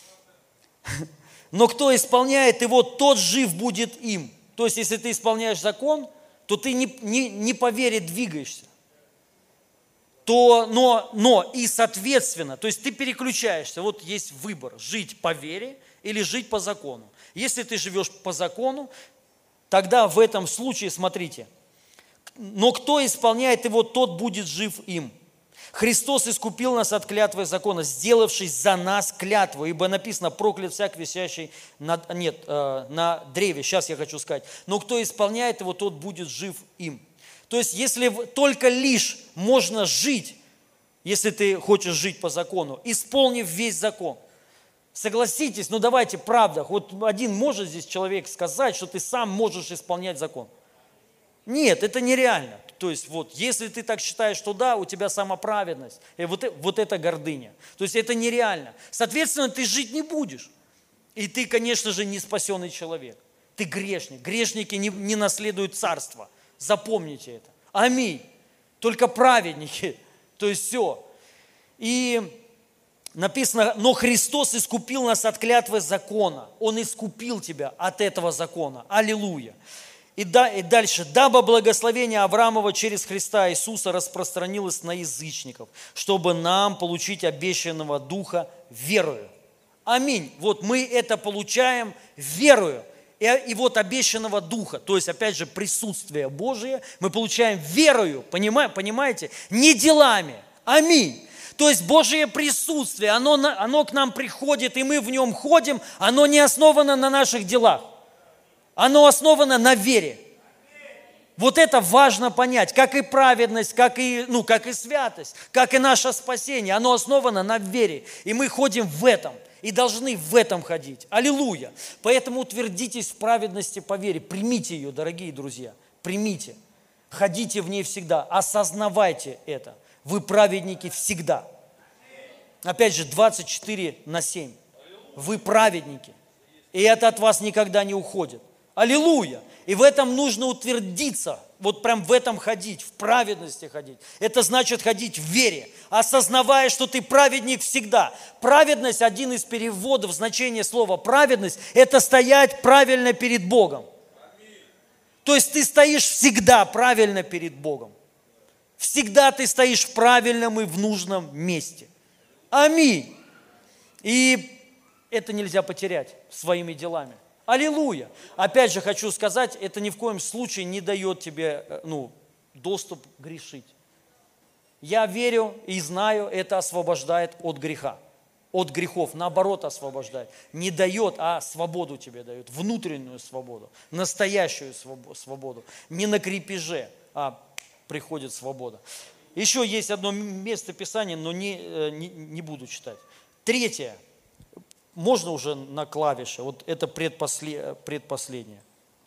Но кто исполняет его, тот жив будет им. То есть, если ты исполняешь закон, то ты не, не, не по вере двигаешься. То, но, но и соответственно, то есть ты переключаешься. Вот есть выбор, жить по вере или жить по закону. Если ты живешь по закону, тогда в этом случае, смотрите, но кто исполняет его, тот будет жив им. Христос искупил нас от клятвы закона, сделавшись за нас клятву, ибо написано: проклят всяк висящий на, нет, э, на древе, сейчас я хочу сказать, но кто исполняет его, тот будет жив им. То есть, если только лишь можно жить, если ты хочешь жить по закону, исполнив весь закон. Согласитесь, ну давайте, правда, вот один может здесь человек сказать, что ты сам можешь исполнять закон. Нет, это нереально. То есть, вот, если ты так считаешь, что да, у тебя самоправедность, и вот, вот это гордыня. То есть, это нереально. Соответственно, ты жить не будешь. И ты, конечно же, не спасенный человек. Ты грешник. Грешники не, не наследуют царство. Запомните это. Аминь. Только праведники. То есть, все. И написано: но Христос искупил нас от клятвы закона. Он искупил тебя от этого закона. Аллилуйя. И, да, и дальше. Дабы благословение Авраамова через Христа Иисуса распространилось на язычников, чтобы нам получить обещанного Духа верою. Аминь. Вот мы это получаем верою. И, и вот обещанного Духа, то есть, опять же, присутствие Божие, мы получаем верою, понимаете? понимаете? Не делами. Аминь. То есть Божие присутствие, оно, оно к нам приходит, и мы в нем ходим, оно не основано на наших делах. Оно основано на вере. Вот это важно понять, как и праведность, как и, ну, как и святость, как и наше спасение. Оно основано на вере. И мы ходим в этом. И должны в этом ходить. Аллилуйя. Поэтому утвердитесь в праведности по вере. Примите ее, дорогие друзья. Примите. Ходите в ней всегда. Осознавайте это. Вы праведники всегда. Опять же, двадцать четыре на семь. Вы праведники. И это от вас никогда не уходит. Аллилуйя! И в этом нужно утвердиться, вот прям в этом ходить, в праведности ходить. Это значит ходить в вере, осознавая, что ты праведник всегда. Праведность, один из переводов значения слова праведность, это стоять правильно перед Богом. То есть ты стоишь всегда правильно перед Богом. Всегда ты стоишь в правильном и в нужном месте. Аминь. И Это нельзя потерять своими делами. Аллилуйя! Опять же хочу сказать, это ни в коем случае не дает тебе ну, доступ грешить. Я верю и знаю, это освобождает от греха, от грехов, наоборот освобождает. Не дает, а свободу тебе дает, внутреннюю свободу, настоящую свободу. Не на крепеже, а приходит свобода. Еще есть одно место Писания, но не, не, не буду читать. Третье. Можно уже на клавише, вот это предпосле, предпоследнее.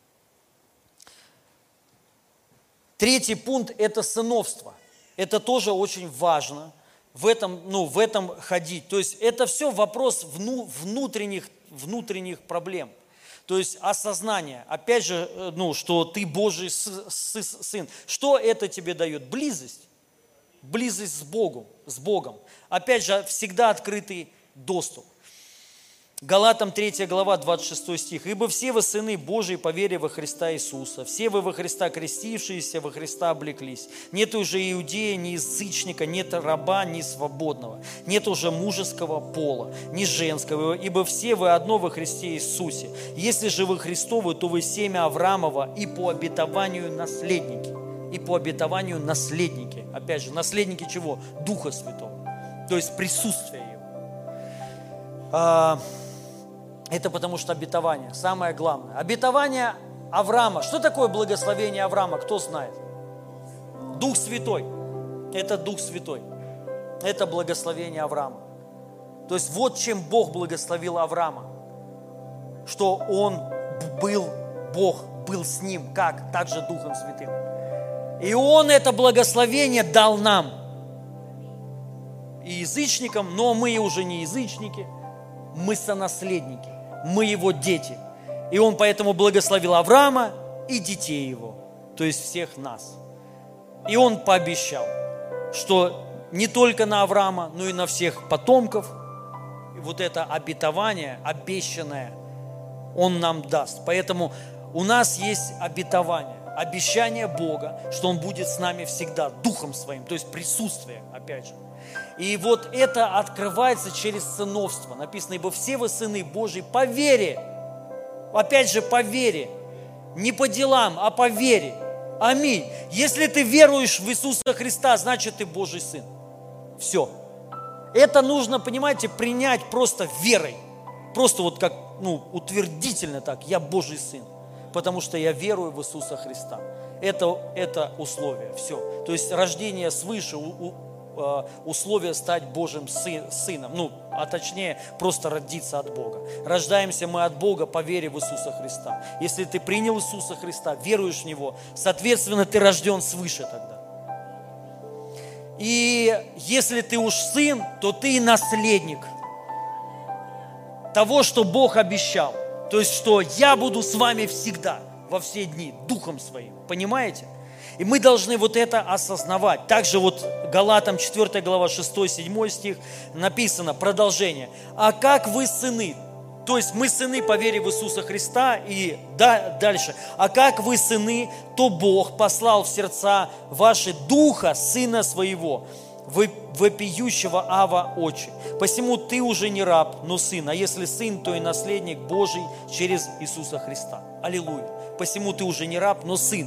Третий пункт – это сыновство. Это тоже очень важно в этом, ну, в этом ходить. То есть это все вопрос вну, внутренних, внутренних проблем. То есть осознание, опять же, ну, что ты Божий сын. Что это тебе дает? Близость. Близость с Богом, с Богом. Опять же, всегда открытый доступ. Галатам третья глава, двадцать шестой стих. «Ибо все вы сыны Божии по вере во Христа Иисуса, все вы во Христа крестившиеся, во Христа облеклись. Нет уже иудея, ни язычника, нет раба, ни свободного, нет уже мужеского пола, ни женского, ибо все вы одно во Христе Иисусе. Если же вы Христовы, то вы семя Авраамова и по обетованию наследники». И по обетованию наследники. Опять же, наследники чего? Духа Святого. То есть присутствие Его. Это потому что обетование, самое главное. Обетование Авраама. Что такое благословение Авраама? Кто знает? Дух Святой. Это Дух Святой. Это благословение Авраама. То есть вот чем Бог благословил Авраама. Что он был, Бог был с ним. Как? Также Духом Святым. И Он это благословение дал нам. И язычникам, но мы уже не язычники. Мы сонаследники. Мы Его дети. И Он поэтому благословил Авраама и детей его. То есть всех нас. И Он пообещал, что не только на Авраама, но и на всех потомков. И вот это обетование, обещанное, Он нам даст. Поэтому у нас есть обетование. Обещание Бога, что Он будет с нами всегда, Духом Своим, то есть присутствие, опять же. И вот это открывается через сыновство. Написано, ибо все вы сыны Божьи по вере. Опять же, по вере. Не по делам, а по вере. Аминь. Если ты веруешь в Иисуса Христа, значит, ты Божий сын. Все. Это нужно, понимаете, принять просто верой. Просто вот как, ну, утвердительно так, я Божий сын. Потому что я верую в Иисуса Христа. Это, это условие, все. То есть рождение свыше, у, у, условие стать Божьим сын, сыном. Ну, а точнее, просто родиться от Бога. Рождаемся мы от Бога по вере в Иисуса Христа. Если ты принял Иисуса Христа, веруешь в Него, соответственно, ты рожден свыше тогда. И если ты уж сын, то ты наследник того, что Бог обещал. То есть, что я буду с вами всегда, во все дни, Духом Своим. Понимаете? И мы должны вот это осознавать. Также вот Галатам четвёртая глава, шестой-седьмой стих написано, продолжение. «А как вы сыны?» То есть мы сыны по вере в Иисуса Христа. И да, дальше. «А как вы сыны, то Бог послал в сердца ваши Духа Сына Своего, вопиющего Ава Отче. Посему ты уже не раб, но сын, а если сын, то и наследник Божий через Иисуса Христа». Аллилуйя. Посему ты уже не раб, но сын.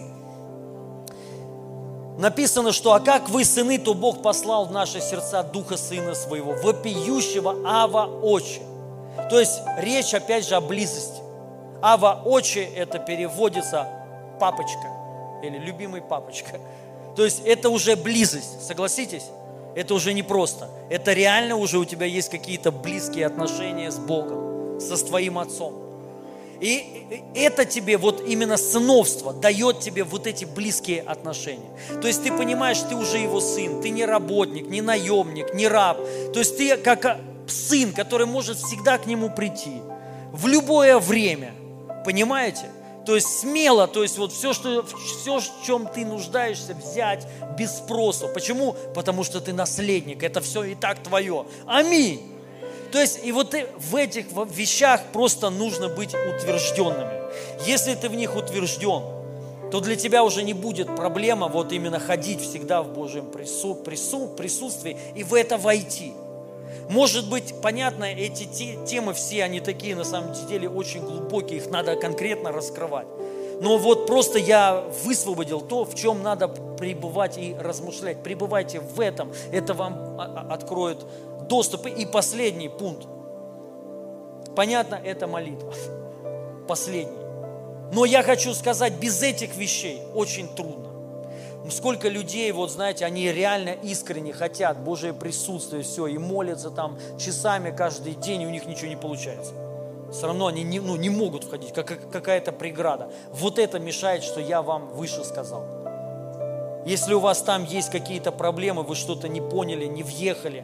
Написано, что «а как вы сыны, то Бог послал в наши сердца Духа Сына Своего, вопиющего Ава Отче». То есть речь опять же о близости. Ава Отче это переводится папочка или любимый папочка. То есть это уже близость, согласитесь? Это уже не просто. Это реально уже у тебя есть какие-то близкие отношения с Богом, со твоим отцом. И это тебе вот именно сыновство дает тебе вот эти близкие отношения. То есть ты понимаешь, ты уже его сын, ты не работник, не наемник, не раб. То есть ты как сын, который может всегда к нему прийти в любое время. Понимаете? То есть смело, то есть вот все, что, все, в чем ты нуждаешься, взять без спросу. Почему? Потому что ты наследник, это все и так твое. Аминь. То есть и вот в этих вещах просто нужно быть утвержденными. Если ты в них утвержден, то для тебя уже не будет проблема вот именно ходить всегда в Божьем прису, прису, присутствии и в это войти. Может быть, понятно, эти те, темы все, они такие, на самом деле, очень глубокие, их надо конкретно раскрывать. Но вот просто я высвободил то, в чем надо пребывать и размышлять. Пребывайте в этом, это вам откроет доступ. И последний пункт. Понятно, это молитва. Последний. Но я хочу сказать, без этих вещей очень трудно. Сколько людей, вот знаете, они реально искренне хотят Божие присутствие, все, и молятся там часами каждый день, и у них ничего не получается. Все равно они не, ну, не могут входить, как какая-то преграда. Вот это мешает, что я вам выше сказал. Если у вас там есть какие-то проблемы, вы что-то не поняли, не въехали,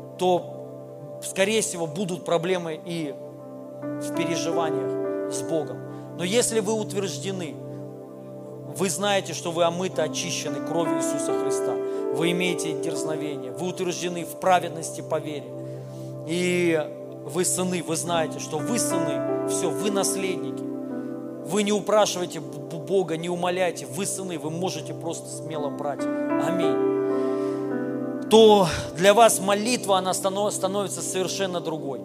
то, скорее всего, будут проблемы и в переживаниях с Богом. Но если вы утверждены, вы знаете, что вы омыты, очищены кровью Иисуса Христа, вы имеете дерзновение, вы утверждены в праведности по вере, и вы сыны, вы знаете, что вы сыны, все, вы наследники. Вы не упрашиваете Бога, не умоляйте, вы сыны, вы можете просто смело брать. Аминь. То для вас молитва, она становится совершенно другой.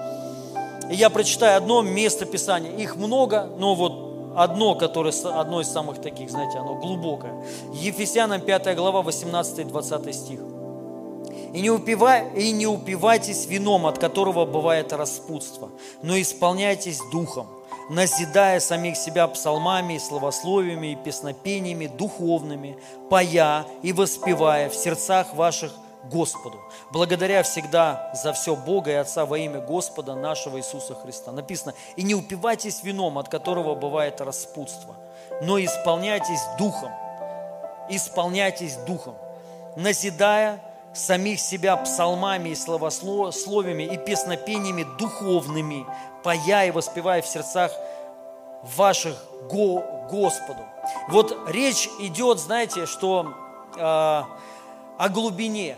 И я прочитаю одно место Писания. Их много, но вот одно, которое одно из самых таких, знаете, оно глубокое. Ефесянам пятая глава, восемнадцатый-двадцатый стих. И не, упивай, и не упивайтесь вином, от которого бывает распутство, но исполняйтесь духом, назидая самих себя псалмами и словословиями и песнопениями духовными, поя и воспевая в сердцах ваших Господу, благодаря всегда за все Бога и Отца во имя Господа нашего Иисуса Христа. Написано: и не упивайтесь вином, от которого бывает распутство, но исполняйтесь духом, исполняйтесь духом, назидая самих себя псалмами и словословиями и песнопениями духовными, поя и воспевая в сердцах ваших го Господу. Вот речь идет, знаете, что э, о глубине,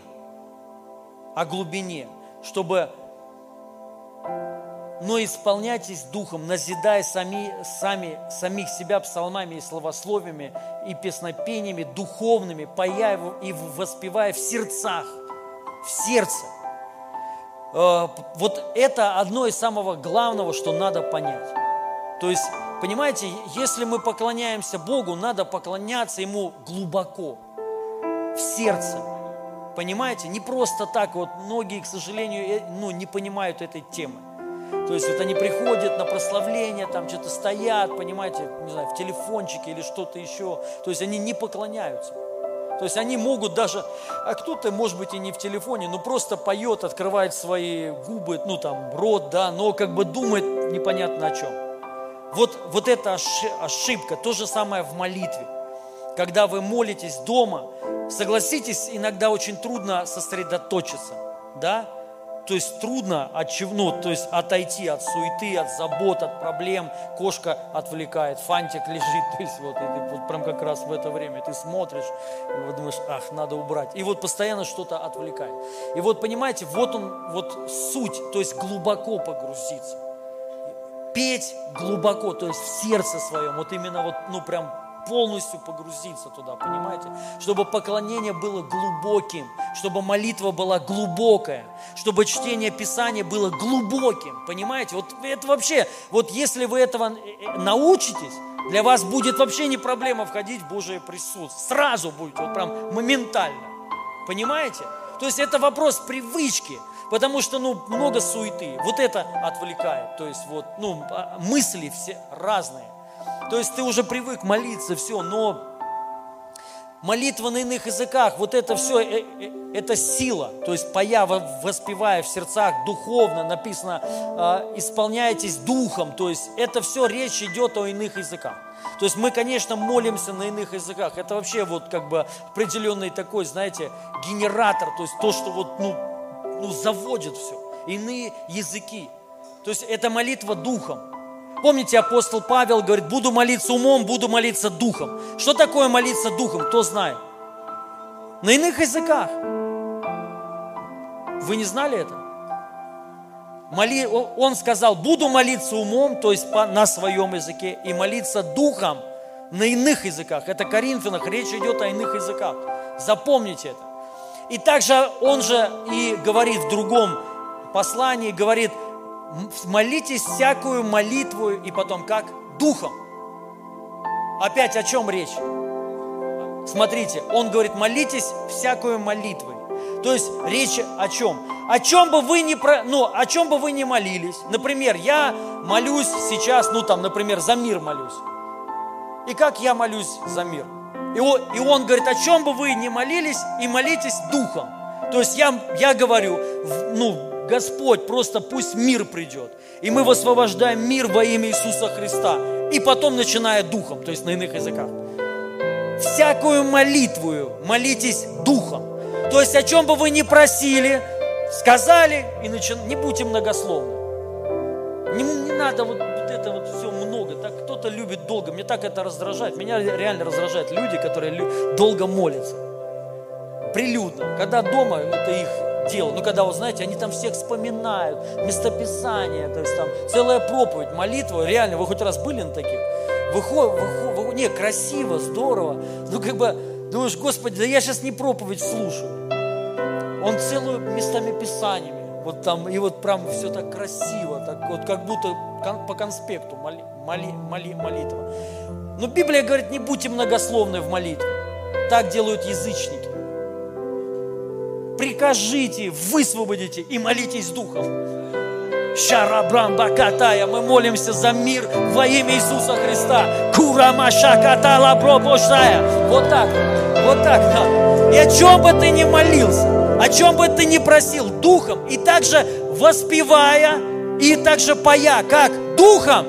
о глубине, чтобы, но исполняйтесь духом, назидая сами, сами, самих себя псалмами и словословиями и песнопениями духовными, поя и воспевая в сердцах, в сердце. Вот это одно из самого главного, что надо понять. То есть, понимаете, если мы поклоняемся Богу, надо поклоняться Ему глубоко, в сердце. Понимаете? Не просто так. Вот многие, к сожалению, ну, не понимают этой темы. То есть вот они приходят на прославление, там что-то стоят, понимаете, не знаю, в телефончике или что-то еще. То есть они не поклоняются. То есть они могут даже, а кто-то, может быть, и не в телефоне, но просто поет, открывает свои губы, ну там, рот, да, но как бы думает непонятно о чем. Вот, вот это ошибка. То же самое в молитве. Когда вы молитесь дома, согласитесь, иногда очень трудно сосредоточиться, да? То есть трудно от чего, ну, то есть отойти от суеты, от забот, от проблем. Кошка отвлекает, фантик лежит, то есть вот, и ты вот прям как раз в это время ты смотришь, и вот думаешь, ах, надо убрать. И вот постоянно что-то отвлекает. И вот понимаете, вот он, вот суть, то есть глубоко погрузиться. Петь глубоко, то есть в сердце своем, вот именно вот, ну прям полностью погрузиться туда, понимаете? Чтобы поклонение было глубоким, чтобы молитва была глубокая, чтобы чтение Писания было глубоким, понимаете? Вот это вообще, вот если вы этого научитесь, для вас будет вообще не проблема входить в Божие присутствие. Сразу будет, вот прям моментально, понимаете? То есть это вопрос привычки, потому что, ну, много суеты, вот это отвлекает, то есть вот, ну, мысли все разные. То есть ты уже привык молиться, все, но молитва на иных языках, вот это все, это сила. То есть поя, воспевая в сердцах духовно, написано, исполняйтесь духом. То есть это все речь идет о иных языках. То есть мы, конечно, молимся на иных языках. Это вообще вот как бы определенный такой, знаете, генератор. То есть то, что вот, ну, ну заводит все. Иные языки. То есть это молитва духом. Помните, апостол Павел говорит, буду молиться умом, буду молиться духом. Что такое молиться духом? Кто знает? На иных языках. Вы не знали это? Моли... Он сказал, буду молиться умом, то есть на своем языке, и молиться духом на иных языках. Это Коринфянах, речь идет о иных языках. Запомните это. И также он же и говорит в другом послании говорит, молитесь всякую молитву, и потом как? Духом. Опять о чем речь? Смотрите, он говорит, молитесь всякую молитвой. То есть речь о чем? О чем бы вы ни, про, ну, о чем бы вы ни молились. Например, я молюсь сейчас, ну там, например, за мир молюсь. И как я молюсь за мир? И он, и он говорит, о чем бы вы ни молились, и молитесь духом. То есть я, я говорю, ну, Господь, просто пусть мир придет. И мы высвобождаем мир во имя Иисуса Христа. И потом начиная духом, то есть на иных языках. Всякую молитву молитесь духом. То есть о чем бы вы ни просили, сказали, и начи... не будьте многословны. Не, не надо вот, вот это вот все много. Так кто-то любит долго. Мне так это раздражает. Меня реально раздражают люди, которые лю... долго молятся. Прилюдно. Когда дома, это их дело. Ну, когда, вот знаете, они там всех вспоминают, местописание, то есть там целая проповедь, молитва. Реально, вы хоть раз были на таких? Выходит, выходит, выходит, не, красиво, здорово. Ну, как бы, думаешь, Господи, да я сейчас не проповедь слушаю. Он целую местами писаниями. Вот там, и вот прям все так красиво, так вот как будто по конспекту моли, моли, моли, молитва. Но Библия говорит, не будьте многословны в молитве. Так делают язычники. Прикажите, высвободите и молитесь духом. Шарабрам бакатая, мы молимся за мир во имя Иисуса Христа. Курамашакатала бробошая. Вот так, вот так, да. И о чем бы ты ни молился, о чем бы ты ни просил, духом, и также воспевая, и также поя, как? Духом.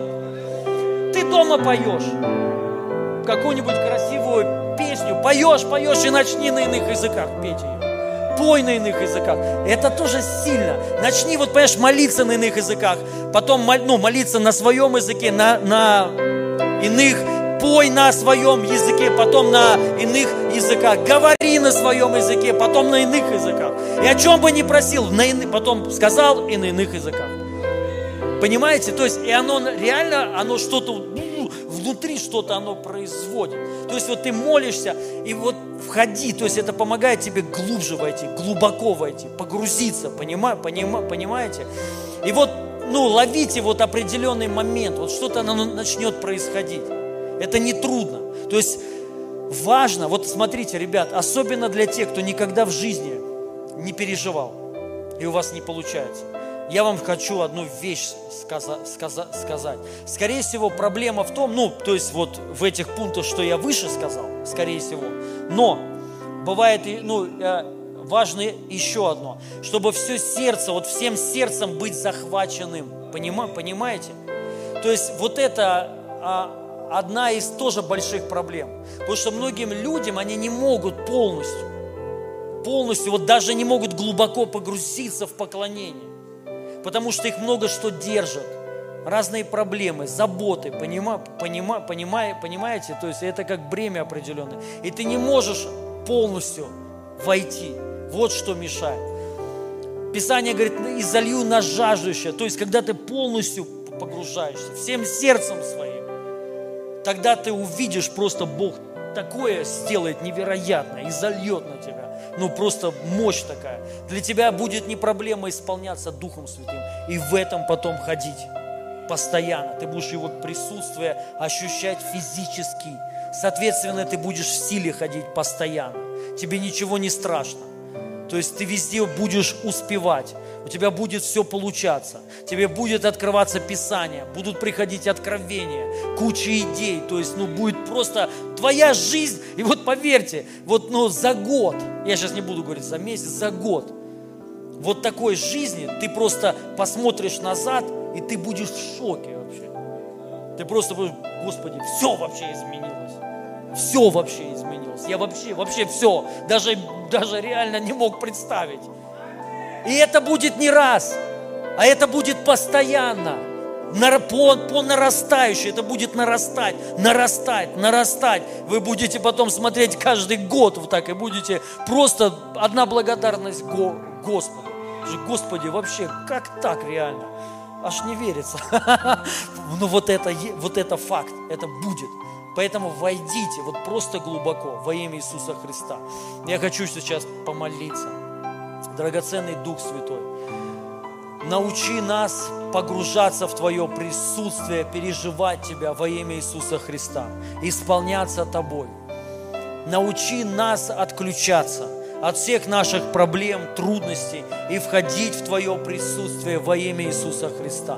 Ты дома поешь какую-нибудь красивую песню, поешь, поешь и начни на иных языках петь ее. Пой на иных языках. Это тоже сильно. Начни, вот понимаешь, молиться на иных языках, потом ну, молиться на своем языке, на, на иных, пой на своем языке, потом на иных языках, говори на своем языке, потом на иных языках. И о чем бы ни просил, на иных, потом сказал и на иных языках. Понимаете? То есть, и оно реально, оно что-то, внутри что-то оно производит. То есть, вот ты молишься, и вот входи, то есть, это помогает тебе глубже войти, глубоко войти, погрузиться, понима, понима, понимаете? И вот, ну, ловите вот определенный момент, вот что-то оно начнет происходить. Это не трудно. То есть, важно, вот смотрите, ребят, особенно для тех, кто никогда в жизни не переживал, и у вас не получается. Я вам хочу одну вещь сказать, сказать. Скорее всего, проблема в том, ну, то есть вот в этих пунктах, что я выше сказал, скорее всего. Но бывает, ну, важно еще одно, чтобы все сердце, вот всем сердцем быть захваченным. Понимаете? То есть вот это одна из тоже больших проблем. Потому что многим людям, они не могут полностью, полностью, вот даже не могут глубоко погрузиться в поклонение. Потому что их много что держит. Разные проблемы, заботы, понима, понима, понима, понимаете? То есть это как бремя определенное. И ты не можешь полностью войти. Вот что мешает. Писание говорит, изолью на жаждущее. То есть когда ты полностью погружаешься, всем сердцем своим, тогда ты увидишь просто Бог такое сделает невероятное и зальет на тебя. Ну, просто мощь такая. Для тебя будет не проблема исполняться Духом Святым и в этом потом ходить постоянно. Ты будешь Его присутствие ощущать физически. Соответственно, ты будешь в силе ходить постоянно. Тебе ничего не страшно. То есть ты везде будешь успевать. У тебя будет все получаться. Тебе будет открываться Писание. Будут приходить откровения, куча идей. То есть, ну, будет просто твоя жизнь. И вот поверьте, вот, ну, за год, я сейчас не буду говорить за месяц, за год, вот такой жизни ты просто посмотришь назад, и ты будешь в шоке вообще. Ты просто будешь, Господи, все вообще изменилось. Все вообще изменилось. Я вообще, вообще все, даже, даже реально не мог представить. И это будет не раз, а это будет постоянно, по, по нарастающей, это будет нарастать, нарастать, нарастать. Вы будете потом смотреть каждый год вот так, и будете просто одна благодарность Господу. Господи, вообще, как так реально? Аж не верится. Но вот это, вот это факт, это будет. Поэтому войдите вот просто глубоко во имя Иисуса Христа. Я хочу сейчас помолиться. Драгоценный Дух Святой, Научи нас погружаться в Твое присутствие, переживать Тебя во имя Иисуса Христа, исполняться Тобой. Научи нас отключаться от всех наших проблем, трудностей и входить в Твое присутствие во имя Иисуса Христа.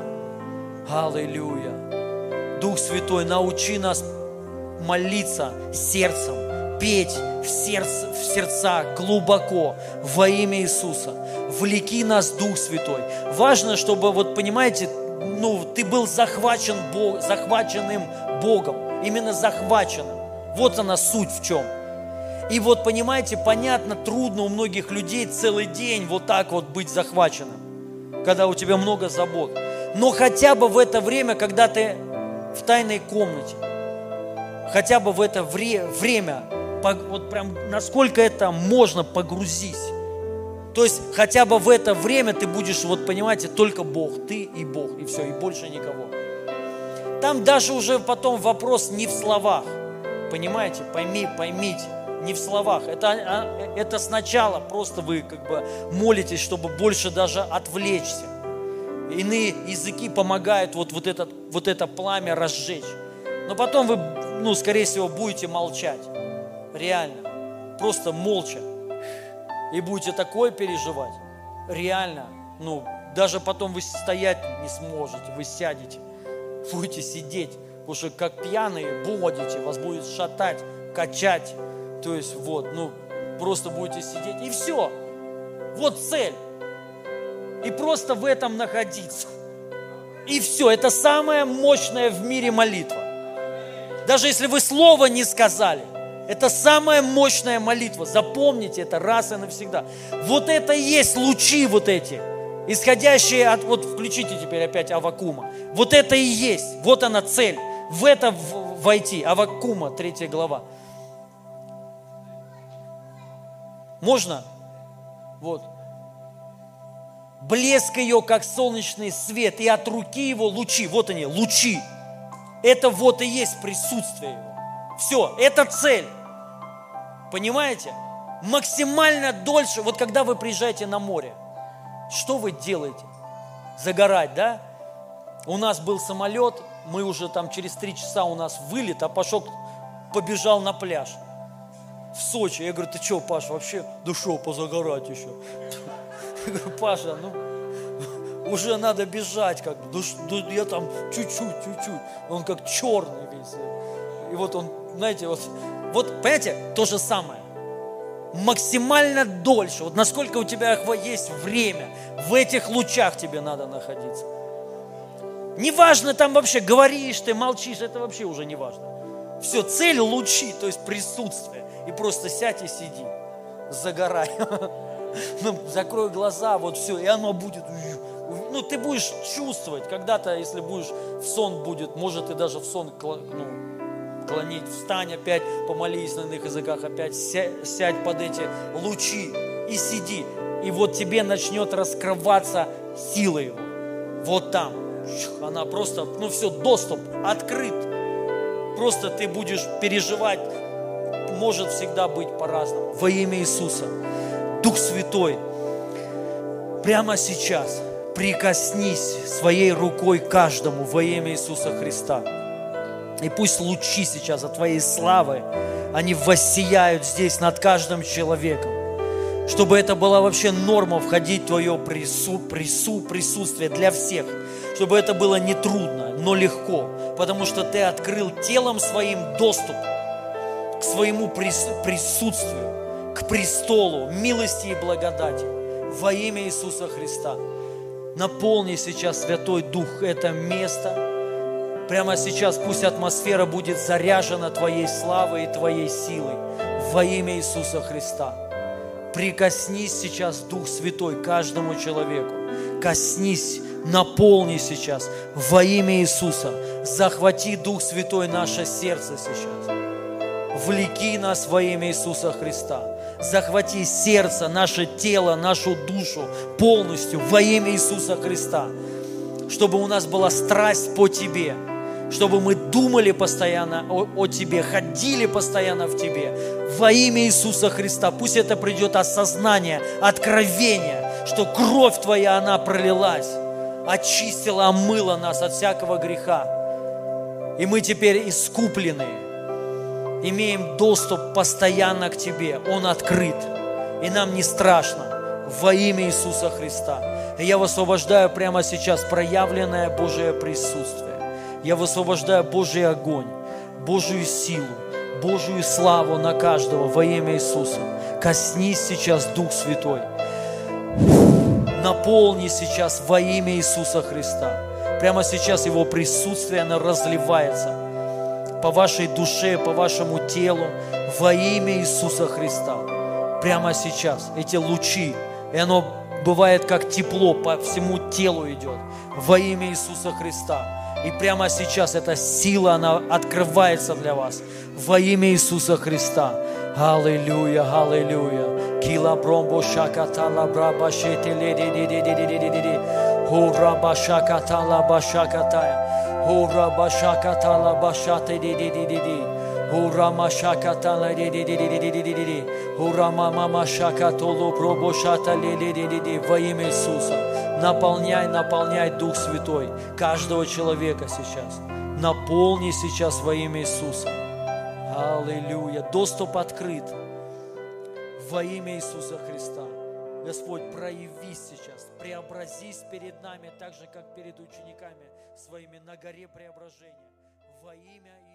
Аллилуйя! Дух Святой, научи нас молиться сердцем, петь в, сердце, в сердца глубоко во имя Иисуса. Влеки нас, Дух Святой. Важно, чтобы, вот понимаете, ну, ты был захвачен Бог, захваченным Богом, именно захваченным. Вот она суть в чем. И вот, понимаете, понятно, трудно у многих людей целый день вот так вот быть захваченным, когда у тебя много забот. Но хотя бы в это время, когда ты в тайной комнате, хотя бы в это вре- время, вот прям насколько это можно, погрузись. То есть хотя бы в это время ты будешь, вот понимаете, только Бог, ты и Бог, и все, и больше никого. Там даже уже потом вопрос не в словах, понимаете, пойми, поймите. Не в словах. Это, это сначала просто вы как бы молитесь, чтобы больше даже отвлечься. Иные языки помогают вот, вот, этот, вот это пламя разжечь. Но потом вы, ну, скорее всего, будете молчать. Реально. Просто молча. И будете такое переживать. Реально. Ну, даже потом вы стоять не сможете. Вы сядете. Будете сидеть. Потому что как пьяные будете. Вас будет шатать, качать. То есть вот, ну, просто будете сидеть, и все. Вот цель. И просто в этом находиться. И все. Это самая мощная в мире молитва. Даже если вы слова не сказали, это самая мощная молитва. Запомните это раз и навсегда. Вот это и есть лучи вот эти, исходящие от, вот включите теперь опять Аввакума. Вот это и есть. Вот она цель. В это войти. Аввакума, третья глава. Можно? Вот. Блеск ее, как солнечный свет, и от руки его лучи. Вот они, лучи. Это вот и есть присутствие его. Все, это цель. Понимаете? Максимально дольше. Вот когда вы приезжаете на море, что вы делаете? Загорать, да? У нас был самолет, мы уже там через три часа у нас вылет, а Пашок побежал на пляж. В Сочи. Я говорю, ты что, Паша, вообще, да шо, позагорать еще? Я говорю, Паша, ну, уже надо бежать, как бы, да, да я там чуть-чуть, чуть-чуть. Он как черный весь. И вот он, знаете, вот, вот, понимаете, то же самое. Максимально дольше, вот насколько у тебя есть время, в этих лучах тебе надо находиться. Неважно, там вообще говоришь ты, молчишь, это вообще уже не важно. Все, цель лучи, то есть присутствие. И просто сядь и сиди, загорай. Ну, закрой глаза, вот все, и оно будет. Ну, ты будешь чувствовать, когда-то, если будешь, в сон будет, может, ты даже в сон ну, клонить. Встань опять, помолись на иных языках, опять сядь под эти лучи и сиди. И вот тебе начнет раскрываться сила его. Вот там. Она просто, ну все, доступ открыт. Просто ты будешь переживать. Может всегда быть по-разному. Во имя Иисуса. Дух Святой, прямо сейчас прикоснись своей рукой каждому во имя Иисуса Христа. И пусть лучи сейчас от Твоей славы, они воссияют здесь над каждым человеком. Чтобы это была вообще норма входить в Твое прису, прису, присутствие для всех. Чтобы это было не трудно, но легко. Потому что Ты открыл телом своим доступ к своему присутствию, к престолу милости и благодати во имя Иисуса Христа. Наполни сейчас, Святой Дух, это место. Прямо сейчас пусть атмосфера будет заряжена Твоей славой и Твоей силой во имя Иисуса Христа. Прикоснись сейчас, Дух Святой, каждому человеку. Коснись, наполни сейчас во имя Иисуса. Захвати, Дух Святой, наше сердце сейчас. Влеки нас во имя Иисуса Христа. Захвати сердце, наше тело, нашу душу полностью во имя Иисуса Христа. Чтобы у нас была страсть по Тебе. Чтобы мы думали постоянно о, о Тебе, ходили постоянно в Тебе. Во имя Иисуса Христа. Пусть это придет осознание, откровение. что кровь Твоя, она пролилась, очистила, омыла нас от всякого греха. И мы теперь искуплены, имеем доступ постоянно к Тебе. Он открыт, и нам не страшно во имя Иисуса Христа. И я высвобождаю прямо сейчас проявленное Божие присутствие. Я высвобождаю Божий огонь, Божию силу, Божию славу на каждого во имя Иисуса. Коснись сейчас, Дух Святой. Наполни сейчас во имя Иисуса Христа. Прямо сейчас Его присутствие, оно разливается по вашей душе, по вашему телу во имя Иисуса Христа. Прямо сейчас эти лучи, и оно бывает как тепло, по всему телу идет во имя Иисуса Христа. И прямо сейчас эта сила, она открывается для вас во имя Иисуса Христа. Аллилуйя, аллилуйя. Кила бромбо шакатала браба шетеле ди ди ди ди ди ди ди ди. Ура башакатала башакатая. Ура башакатала башате ди ди ди ди ди. Ура машакатала ди ди ди ди ди ди ди ди. Ура мама машакатолу бромбо шатале ди ди ди ди. Во имя Иисуса. Наполняй, наполняй, Дух Святой, каждого человека сейчас. Наполни сейчас во имя Иисуса. Аллилуйя. Доступ открыт во имя Иисуса Христа. Господь, проявись сейчас, преобразись перед нами, так же, как перед учениками своими на горе преображения. Во имя Иисуса.